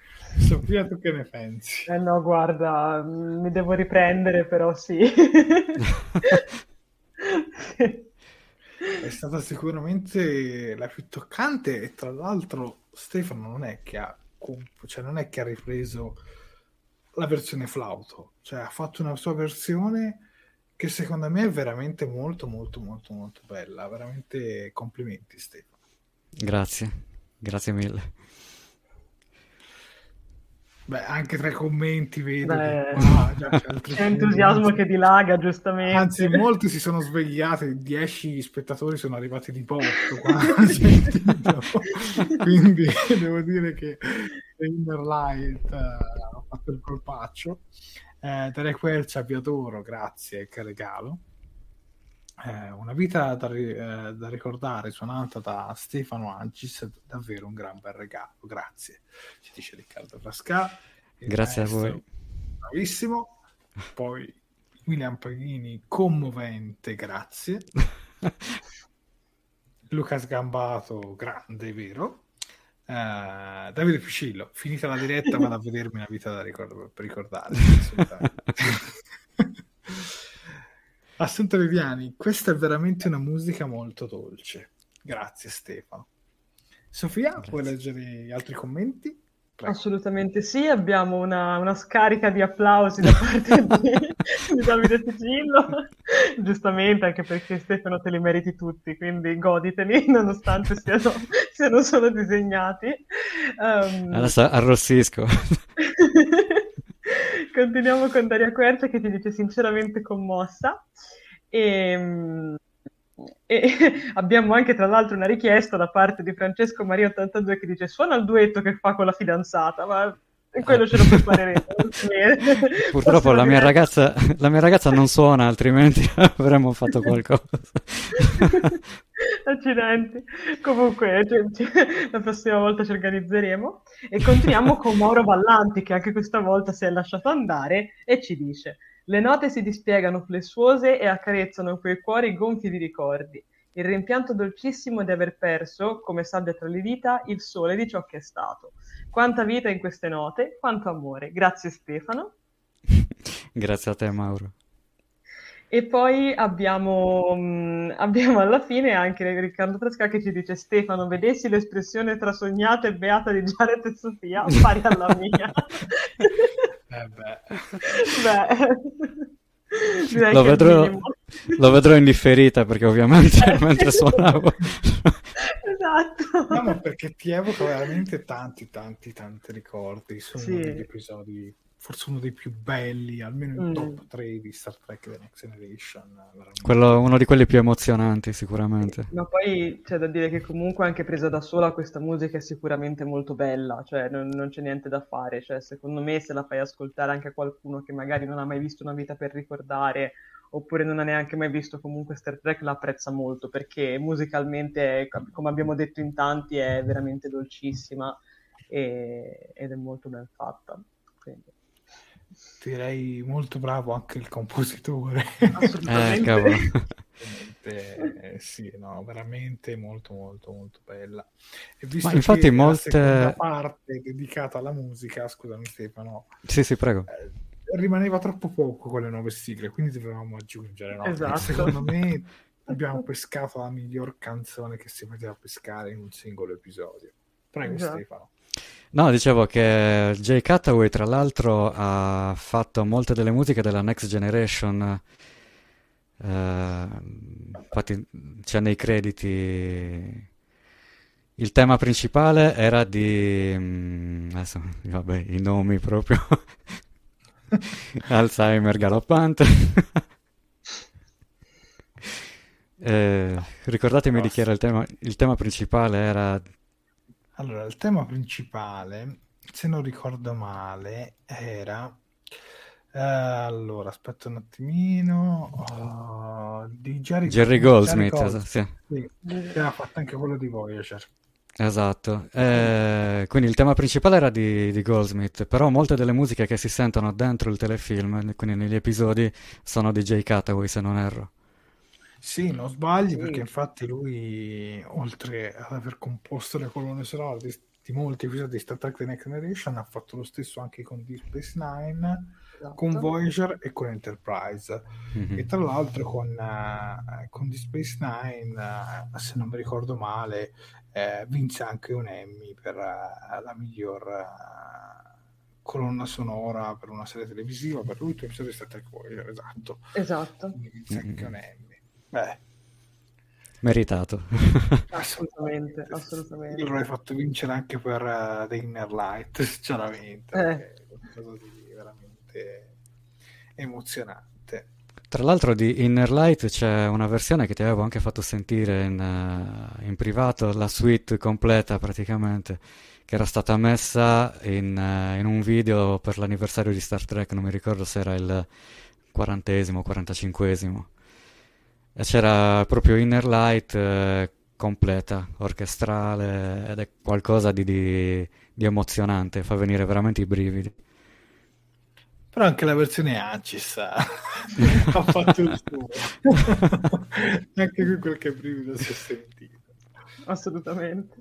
Sofia, tu che ne pensi? No, guarda, mi devo riprendere, però sì. È stata sicuramente la più toccante e tra l'altro Stefano non è che ha ripreso la versione flauto, cioè ha fatto una sua versione che secondo me è veramente molto molto molto molto bella, veramente complimenti Stefano. Grazie mille. Beh, anche tra i commenti vedo c'è entusiasmo che dilaga, giustamente. Anzi, molti si sono svegliati, 10 spettatori sono arrivati di botto quindi devo dire che Inner Light ha fatto il colpaccio. Derek Welch, vi adoro, grazie, che regalo. Una vita da ricordare, suonata da Stefano Ancis, davvero un gran bel regalo, grazie, ci dice Riccardo Frasca. Grazie a voi, bravissimo. Poi William Paghini, commovente, grazie. Luca Sgambato, grande, vero. Davide Fucillo, finita la diretta vado a vedermi Una vita per ricordare. Assunta Viviani, questa è veramente una musica molto dolce. Grazie Stefano. Sofia, Grazie. puoi leggere gli altri commenti? Prego. Assolutamente sì, abbiamo una scarica di applausi da parte di Davide Sigillo, giustamente, anche perché Stefano te li meriti tutti, quindi goditeli, nonostante siano solo disegnati. Adesso arrossisco. Continuiamo con Daria Quercia che ti dice sinceramente commossa. E abbiamo anche tra l'altro una richiesta da parte di Francesco Maria 82 che dice suona il duetto che fa con la fidanzata, ma quello ce lo prepareremo. Purtroppo la mia ragazza non suona, altrimenti avremmo fatto qualcosa. Accidenti. Comunque la prossima volta ci organizzeremo e continuiamo con Mauro Ballanti che anche questa volta si è lasciato andare e ci dice: le note si dispiegano flessuose e accarezzano quei cuori gonfi di ricordi. Il rimpianto dolcissimo di aver perso, come sabbia tra le dita, il sole di ciò che è stato. Quanta vita in queste note, quanto amore. Grazie Stefano. Grazie a te Mauro. E poi abbiamo alla fine anche Riccardo Frasca che ci dice: Stefano, vedessi l'espressione trasognata e beata di Jared e Sofia, pari alla mia. Direi Lo che è il vedrò, minimo. lo vedrò in differita perché ovviamente mentre suonavo. Esatto. No, ma perché ti evoca veramente tanti ricordi. Sono Sì. uno degli episodi, forse uno dei più belli, almeno in top 3 di Star Trek The Next Generation. Veramente. Uno di quelli più emozionanti sicuramente. Ma poi c'è da dire che comunque anche presa da sola questa musica è sicuramente molto bella, cioè non c'è niente da fare, cioè secondo me se la fai ascoltare anche a qualcuno che magari non ha mai visto Una vita per ricordare oppure non ha neanche mai visto comunque Star Trek la apprezza molto perché musicalmente, come abbiamo detto in tanti, è veramente dolcissima ed è molto ben fatta. Quindi. Direi molto bravo anche il compositore. Assolutamente. Cavolo. Sì, no, veramente molto molto molto bella. E visto Ma infatti che molte... la seconda parte dedicata alla musica, scusami Stefano, Sì, prego. rimaneva troppo poco con le nuove sigle, quindi dovevamo aggiungere, no? Esatto. Secondo me abbiamo pescato la miglior canzone che si poteva pescare in un singolo episodio. Prego Esatto. Stefano. No, dicevo che Jay Cutaway tra l'altro ha fatto molte delle musiche della Next Generation, infatti c'è nei crediti. Il tema principale era di... adesso, vabbè, i nomi proprio... Alzheimer galoppante. Ricordatemi di chi era il tema. Il tema principale era... Allora, il tema principale, se non ricordo male, era... allora, aspetta un attimino... di Jerry Goldsmith, sì. Sì, aveva fatto anche quello di Voyager. Esatto, quindi il tema principale era di Goldsmith, però molte delle musiche che si sentono dentro il telefilm, quindi negli episodi, sono di Jay Cutaway, se non erro. Sì, non sbagli, perché infatti lui, oltre ad aver composto le colonne sonore di molti episodi di Star Trek The Next Generation, ha fatto lo stesso anche con Deep Space Nine, con Voyager e con Enterprise. E tra l'altro con Deep Space Nine, se non mi ricordo male, vinse anche un Emmy per la miglior colonna sonora per una serie televisiva per l'ultimo episodio di Star Trek Voyager, esatto. Quindi vinse anche un Emmy. Beh, meritato. Assolutamente. Io l'avrei fatto vincere anche per The Inner Light, sinceramente, perché è qualcosa di veramente emozionante. Tra l'altro di Inner Light c'è una versione che ti avevo anche fatto sentire in privato, la suite completa praticamente, che era stata messa in un video per l'anniversario di Star Trek, non mi ricordo se era il 40esimo o 45esimo. E c'era proprio Inner Light completa, orchestrale, ed è qualcosa di emozionante, fa venire veramente i brividi. Però anche la versione Acis ha fatto il suo. Anche qui qualche brivido si è sentito. Assolutamente.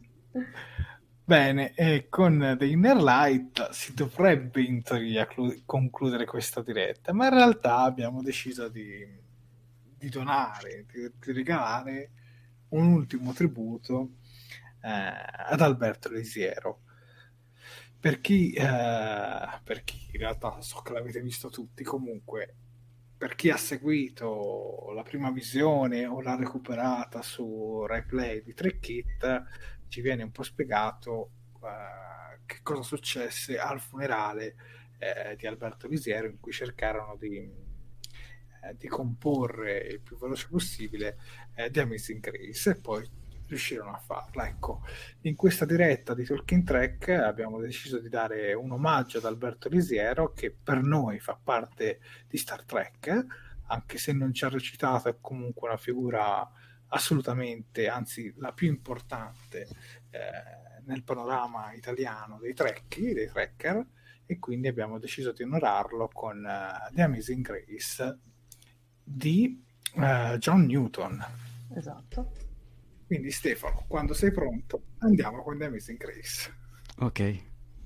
Bene, e con The Inner Light si dovrebbe in teoria concludere questa diretta, ma in realtà abbiamo deciso di di donare, di regalare un ultimo tributo ad Alberto Lisiero. Per chi in realtà so che l'avete visto tutti, comunque per chi ha seguito la prima visione o l'ha recuperata su Rai Play di Trek It, ci viene un po' spiegato che cosa successe al funerale di Alberto Lisiero, in cui cercarono di comporre il più veloce possibile The Amazing Grace, e poi riuscirono a farla. Ecco, in questa diretta di Talking Trek abbiamo deciso di dare un omaggio ad Alberto Lisiero, che per noi fa parte di Star Trek, anche se non ci ha recitato, è comunque una figura assolutamente, anzi la più importante nel panorama italiano dei trekkie, dei trekker, e quindi abbiamo deciso di onorarlo con The Amazing Grace di John Newton. Esatto. Quindi Stefano, quando sei pronto, andiamo con The Amazing Grace. Ok.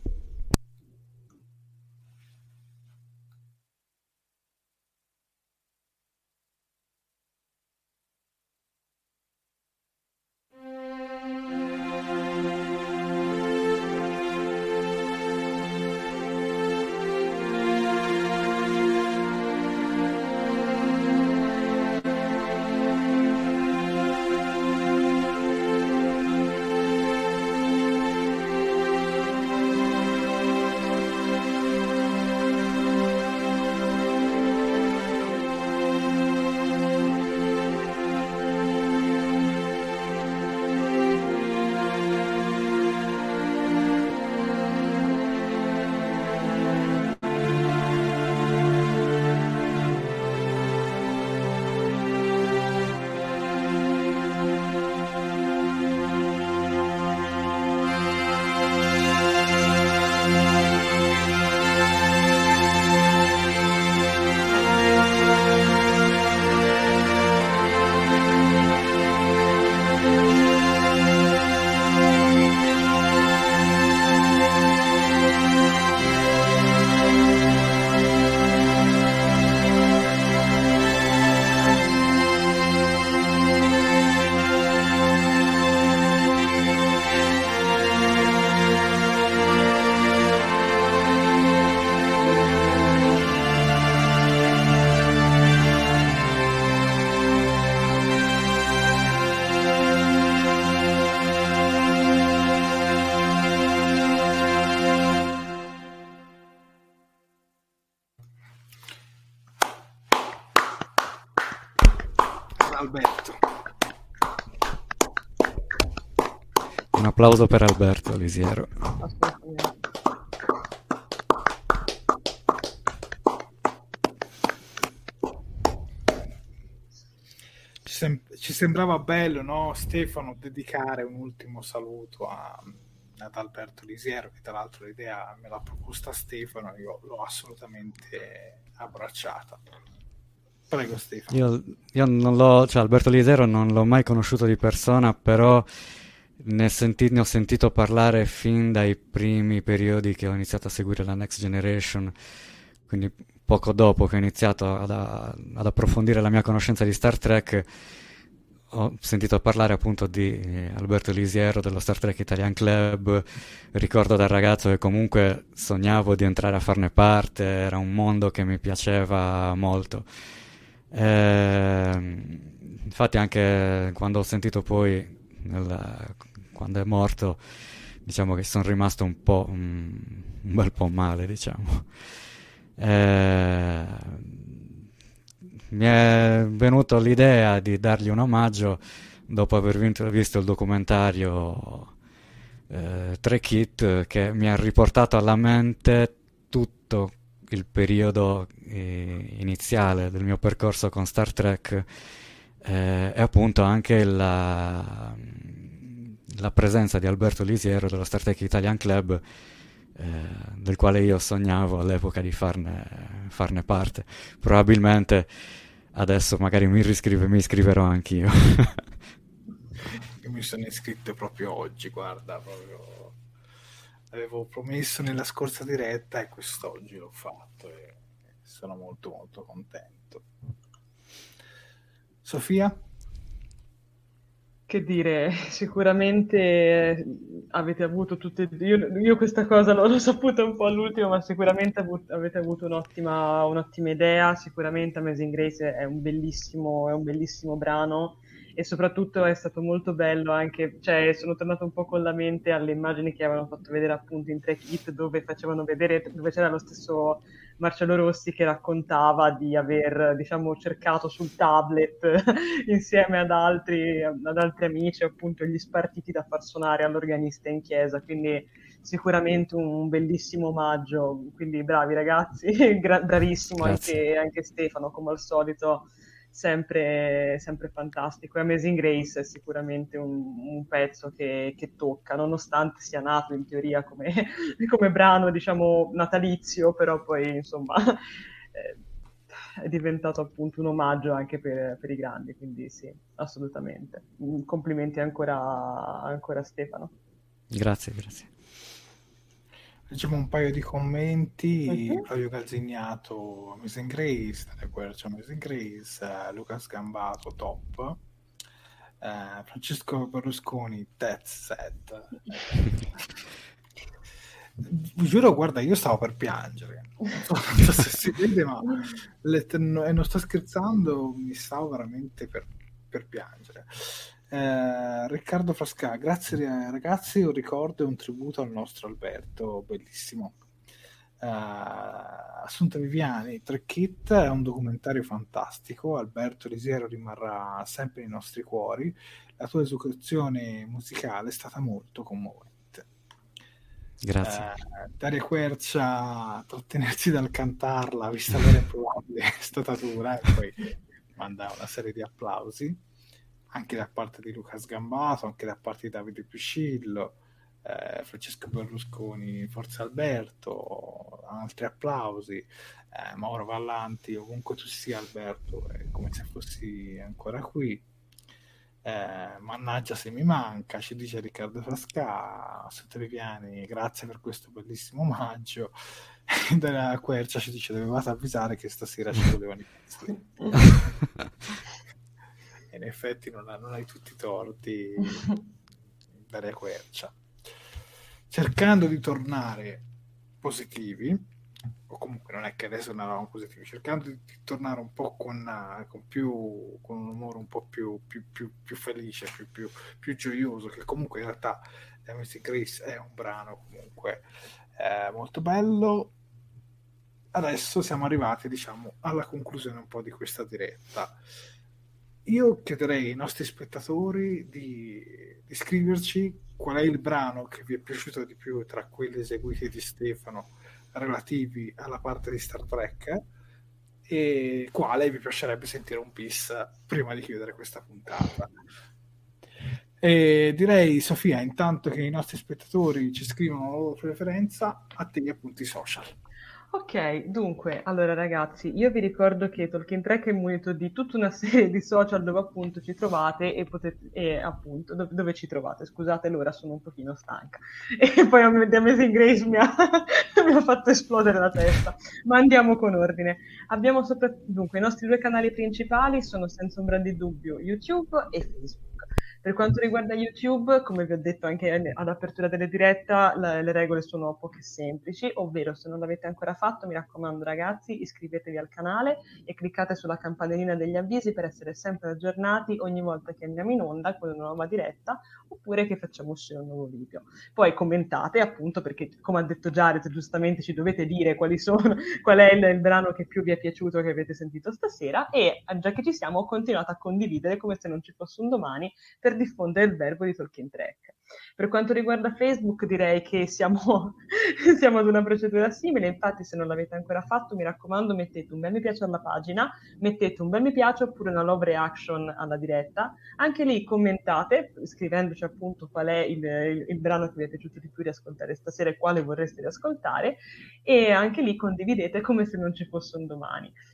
Alberto. Un applauso per Alberto Lisiero. Assolutamente. Ci sembrava bello, no, Stefano, dedicare un ultimo saluto ad Alberto Lisiero, che tra l'altro l'idea me l'ha proposta Stefano, io l'ho assolutamente abbracciata. Prego Stefano. Io non l'ho, cioè Alberto Lisiero non l'ho mai conosciuto di persona, però ne ho sentito parlare fin dai primi periodi che ho iniziato a seguire la Next Generation, quindi poco dopo che ho iniziato ad approfondire la mia conoscenza di Star Trek, ho sentito parlare appunto di Alberto Lisiero, dello Star Trek Italian Club. Ricordo da ragazzo che comunque sognavo di entrare a farne parte, era un mondo che mi piaceva molto. Infatti anche quando ho sentito poi quando è morto, diciamo che sono rimasto un bel po' male, diciamo. Mi è venuto l'idea di dargli un omaggio dopo aver visto il documentario Trek It, che mi ha riportato alla mente tutto il periodo iniziale del mio percorso con Star Trek, e appunto anche la presenza di Alberto Lisiero dello Star Trek Italian Club, del quale io sognavo all'epoca di farne parte. Probabilmente adesso magari mi iscriverò anch'io. Io mi sono iscritto proprio oggi, guarda, proprio avevo promesso nella scorsa diretta e quest'oggi l'ho fatto e sono molto molto contento. Sofia? Che dire, sicuramente avete avuto io questa cosa l'ho saputa un po' all'ultimo, ma sicuramente avete avuto un'ottima idea. Sicuramente Amazing Grace è un bellissimo brano, e soprattutto è stato molto bello anche, cioè sono tornato un po' con la mente alle immagini che avevano fatto vedere appunto in Track It, dove facevano vedere, dove c'era lo stesso Marcello Rossi che raccontava di aver, diciamo, cercato sul tablet insieme ad altri amici, appunto, gli spartiti da far suonare all'organista in chiesa. Quindi sicuramente un bellissimo omaggio. Quindi bravi ragazzi, bravissimo Grazie. anche Stefano, come al solito, sempre fantastico. E Amazing Grace è sicuramente un pezzo che tocca, nonostante sia nato in teoria come brano, diciamo, natalizio, però poi, insomma, è diventato appunto un omaggio anche per i grandi, quindi sì, assolutamente. Complimenti ancora a Stefano. Grazie, grazie. Leggiamo un paio di commenti. Mhm. Flavio Calzignato, Amazing Grace, Daria Quercia, Amazing Grace, Luca Sgambato, top. Francesco Berlusconi, that's sad. Vi giuro, guarda, io stavo per piangere. Non so se si vede, ma e non sto scherzando, mi stavo veramente per piangere. Riccardo Frasca, grazie ragazzi, un ricordo e un tributo al nostro Alberto, bellissimo. Assunta Viviani, Track It è un documentario fantastico. Alberto Lisiero rimarrà sempre nei nostri cuori. La tua esecuzione musicale è stata molto commovente. Grazie. Daria Quercia, trattenersi dal cantarla, vista la improbabile statatura, e poi manda una serie di applausi anche da parte di Luca Sgambato, anche da parte di Davide Piscillo, Francesco Berlusconi, Forza Alberto, altri applausi, Mauro Vallanti, ovunque tu sia Alberto, è come se fossi ancora qui. Mannaggia se mi manca, ci dice Riccardo Frasca. Viviani, grazie per questo bellissimo omaggio. Dalla Quercia ci dice: dovevate avvisare che stasera ci volevano i pezzi. In effetti non hai tutti i torti, Daria Quercia. Cercando di tornare positivi, o comunque non è che adesso non eravamo positivi, cercando di tornare un po' con un umore un po' più felice, più gioioso, che comunque in realtà Amazing Grace è un brano comunque molto bello. Adesso siamo arrivati, diciamo, alla conclusione un po' di questa diretta. Io chiederei ai nostri spettatori di scriverci qual è il brano che vi è piaciuto di più tra quelli eseguiti di Stefano relativi alla parte di Star Trek, e quale vi piacerebbe sentire un bis prima di chiudere questa puntata. E direi, Sofia, intanto che i nostri spettatori ci scrivono la loro preferenza, a te gli appunti social. Ok, dunque, allora ragazzi, io vi ricordo che Talking Track è munito di tutta una serie di social dove appunto ci trovate e appunto dove ci trovate. Scusate l'ora, sono un pochino stanca. E poi The Amazing Grace mi ha fatto esplodere la testa. Ma andiamo con ordine. Abbiamo dunque, i nostri due canali principali sono senza ombra di dubbio YouTube e Facebook. Per quanto riguarda YouTube, come vi ho detto anche all'apertura della diretta, le regole sono poche semplici, ovvero se non l'avete ancora fatto, mi raccomando ragazzi, iscrivetevi al canale e cliccate sulla campanellina degli avvisi per essere sempre aggiornati ogni volta che andiamo in onda con una nuova diretta oppure che facciamo uscire un nuovo video. Poi commentate appunto, perché come ha detto Jared, giustamente ci dovete dire qual è il brano che più vi è piaciuto, che avete sentito stasera, e già che ci siamo continuate a condividere come se non ci fosse un domani per diffondere il verbo di Talking Track. Per quanto riguarda Facebook, direi che siamo ad una procedura simile. Infatti, se non l'avete ancora fatto, mi raccomando, mettete un bel mi piace alla pagina, mettete un bel mi piace oppure una love reaction alla diretta. Anche lì commentate, scrivendoci appunto qual è il brano che vi è piaciuto di più riascoltare stasera e quale vorreste riascoltare, e anche lì condividete come se non ci fosse un domani.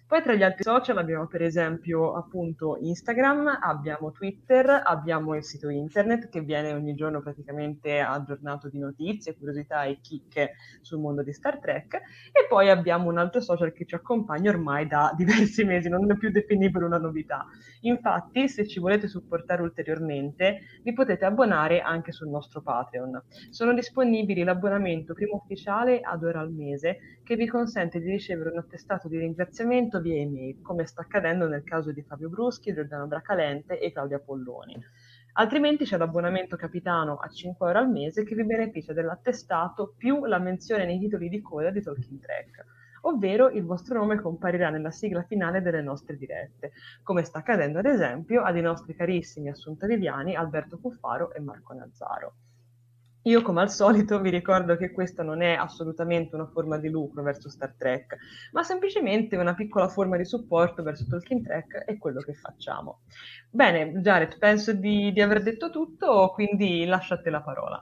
Poi tra gli altri social abbiamo per esempio appunto Instagram, abbiamo Twitter, abbiamo il sito internet che viene ogni giorno praticamente aggiornato di notizie, curiosità e chicche sul mondo di Star Trek, e poi abbiamo un altro social che ci accompagna ormai da diversi mesi, non è più definibile una novità. Infatti, se ci volete supportare ulteriormente, vi potete abbonare anche sul nostro Patreon. Sono disponibili l'abbonamento primo ufficiale a €2 al mese, che vi consente di ricevere un attestato di ringraziamento via email, come sta accadendo nel caso di Fabio Bruschi, Giordano Bracalente e Claudia Polloni. Altrimenti c'è l'abbonamento capitano a €5 al mese che vi beneficia dell'attestato più la menzione nei titoli di coda di Talking Track, ovvero il vostro nome comparirà nella sigla finale delle nostre dirette, come sta accadendo ad esempio ai nostri carissimi Assunta Viviani, Alberto Cuffaro e Marco Nazzaro. Io, come al solito, vi ricordo che questa non è assolutamente una forma di lucro verso Star Trek, ma semplicemente una piccola forma di supporto verso Talking Trek e quello che facciamo. Bene, Jared, penso di aver detto tutto, quindi lascio a te la parola.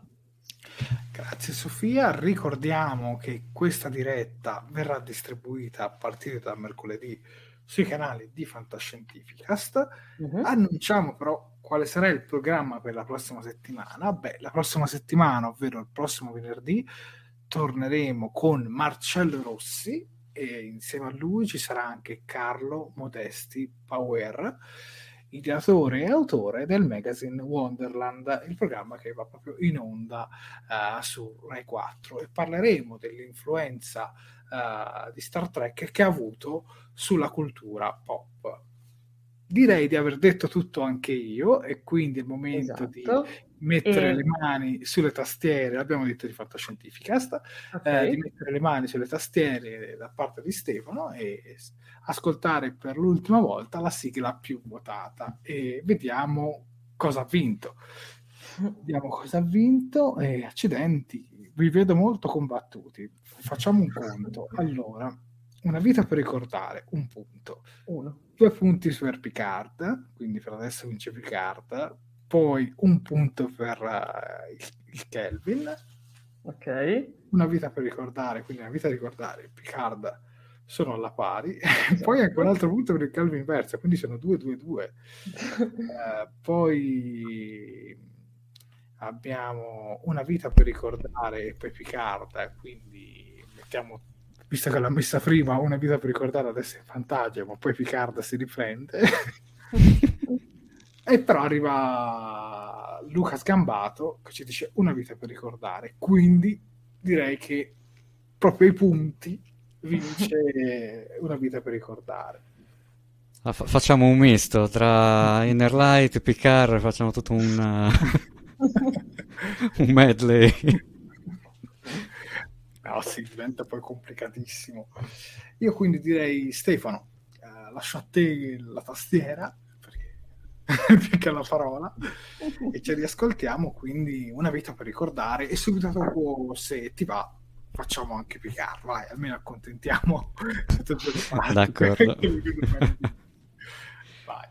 Grazie Sofia, ricordiamo che questa diretta verrà distribuita a partire da mercoledì sui canali di Fantascientificast. Annunciamo però quale sarà il programma per la prossima settimana. Beh, la prossima settimana, ovvero il prossimo venerdì, torneremo con Marcello Rossi e insieme a lui ci sarà anche Carlo Modesti Power, ideatore e autore del magazine Wonderland, il programma che va proprio in onda su Rai 4, e parleremo dell'influenza di Star Trek che ha avuto sulla cultura pop. Direi di aver detto tutto anche io, e quindi è il momento di mettere le mani sulle tastiere, l'abbiamo detto di Fantascientificast, di mettere le mani sulle tastiere da parte di Stefano e ascoltare per l'ultima volta la sigla più votata e vediamo cosa ha vinto. Vediamo cosa ha vinto e accidenti, vi vedo molto combattuti. Facciamo un conto. Allora, Una vita per ricordare, 1 punto. 2 punti per Picard, quindi per adesso vince Picard. Poi 1 punto per il Kelvin. Ok. Una vita per ricordare, quindi Una vita a ricordare, Picard sono alla pari. Poi anche un altro punto per il Kelvin Versa, quindi sono 2-2-2. Poi abbiamo Una vita per ricordare e poi Picard, quindi mettiamo, visto che l'ha messa prima, Una vita per ricordare adesso è in vantaggio, ma poi Picard si riprende. E però arriva Luca Sgambato che ci dice Una vita per ricordare, quindi direi che proprio ai punti vince Una vita per ricordare. Facciamo un misto tra Inner Light e Picard, facciamo tutto un medley. No, sì, diventa poi complicatissimo. Io quindi direi, Stefano, lascio a te la tastiera, perché la parola, e ci riascoltiamo, quindi Una vita per ricordare, e subito dopo, se ti va, facciamo anche Picard, vai, almeno accontentiamo tutte e due le parti. D'accordo. Vai.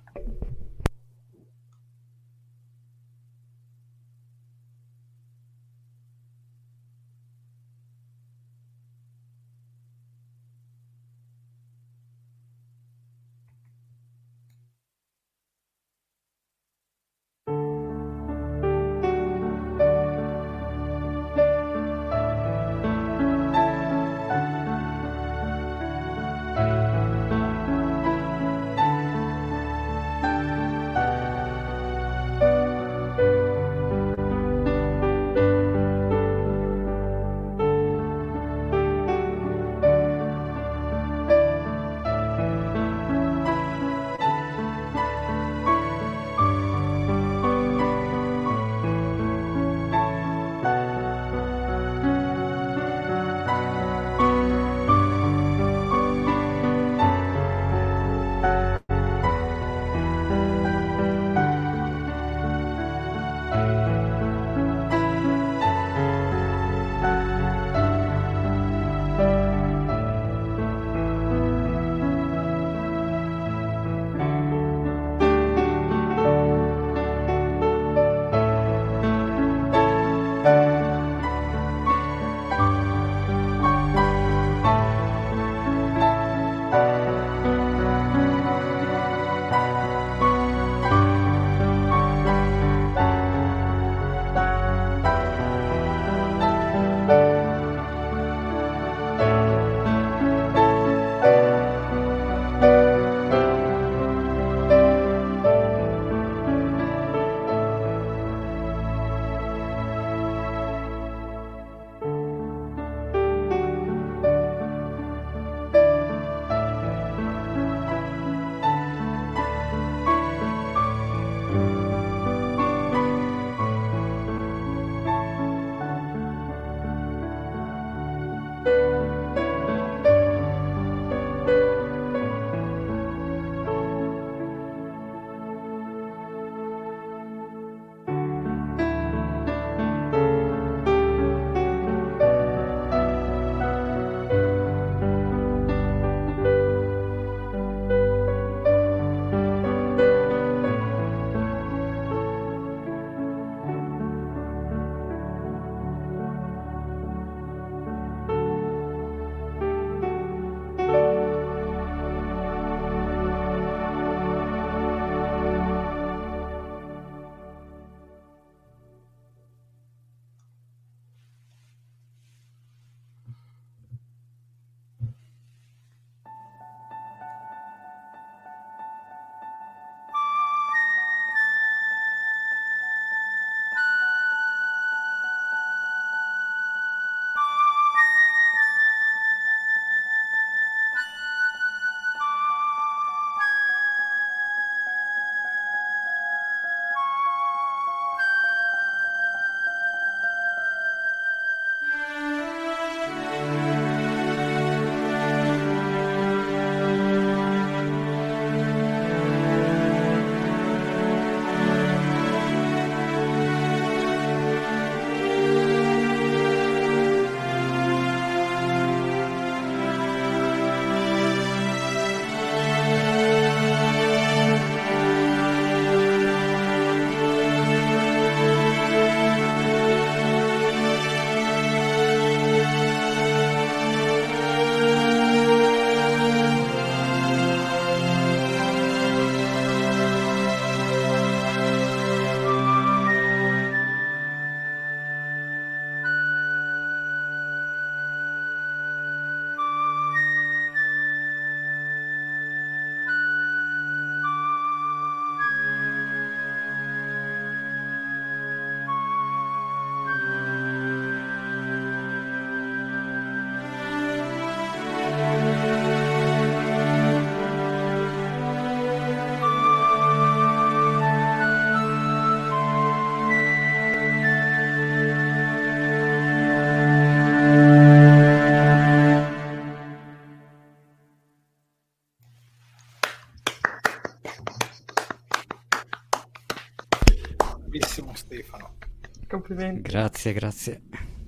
Complimenti. Grazie.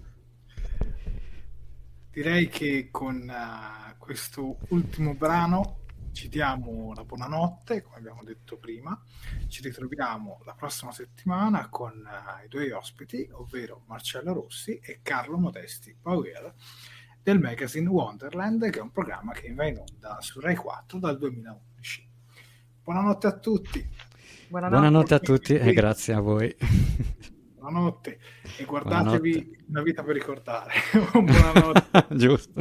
Direi che con questo ultimo brano ci diamo la buonanotte, come abbiamo detto prima. Ci ritroviamo la prossima settimana con i due ospiti, ovvero Marcello Rossi e Carlo Modesti Bauer del magazine Wonderland, che è un programma che va in onda su Rai 4 dal 2011. Buonanotte a tutti. Buonanotte a tutti e grazie a voi. Buonanotte e guardatevi Una vita per ricordare. Buonanotte. Giusto.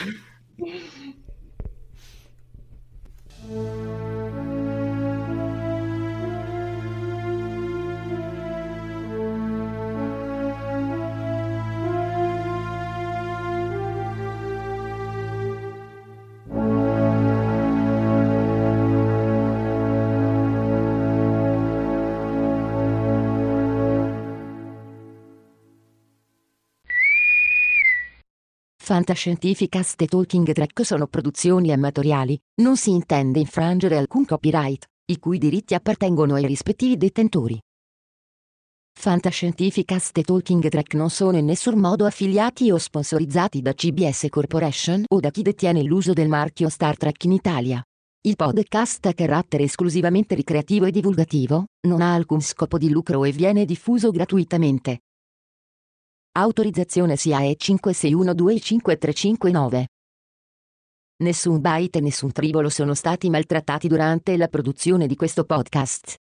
Fantascientificast e Talking Track sono produzioni amatoriali, non si intende infrangere alcun copyright, i cui diritti appartengono ai rispettivi detentori. Fantascientificast e Talking Track non sono in nessun modo affiliati o sponsorizzati da CBS Corporation o da chi detiene l'uso del marchio Star Trek in Italia. Il podcast ha carattere esclusivamente ricreativo e divulgativo, non ha alcun scopo di lucro e viene diffuso gratuitamente. Autorizzazione SIAE 56125359. Nessun byte e nessun tribolo sono stati maltrattati durante la produzione di questo podcast.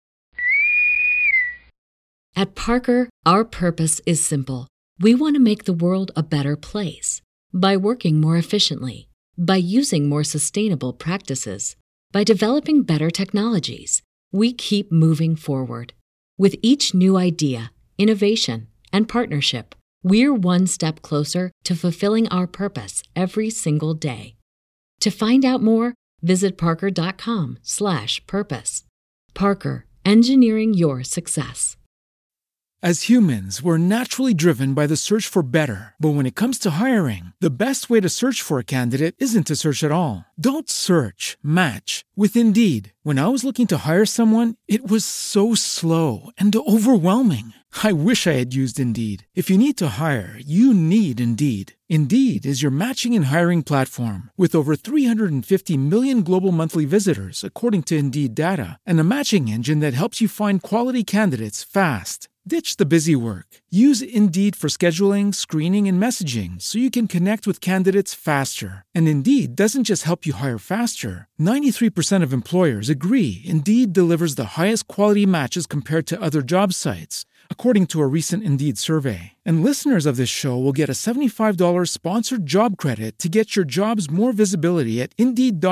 At Parker, our purpose is simple. We want to make the world a better place. By working more efficiently, by using more sustainable practices, by developing better technologies, we keep moving forward. With each new idea, innovation, and partnership, we're one step closer to fulfilling our purpose every single day. To find out more, visit parker.com/purpose. Parker, engineering your success. As humans, we're naturally driven by the search for better. But when it comes to hiring, the best way to search for a candidate isn't to search at all. Don't search, match with Indeed. When I was looking to hire someone, it was so slow and overwhelming. I wish I had used Indeed. If you need to hire, you need Indeed. Indeed is your matching and hiring platform with over 350 million global monthly visitors, according to Indeed data, and a matching engine that helps you find quality candidates fast. Ditch the busy work. Use Indeed for scheduling, screening, and messaging so you can connect with candidates faster. And Indeed doesn't just help you hire faster. 93% of employers agree Indeed delivers the highest quality matches compared to other job sites, according to a recent Indeed survey. And listeners of this show will get a $75 sponsored job credit to get your jobs more visibility at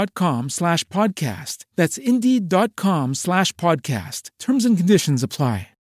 Indeed.com/podcast. That's Indeed.com/podcast. Terms and conditions apply.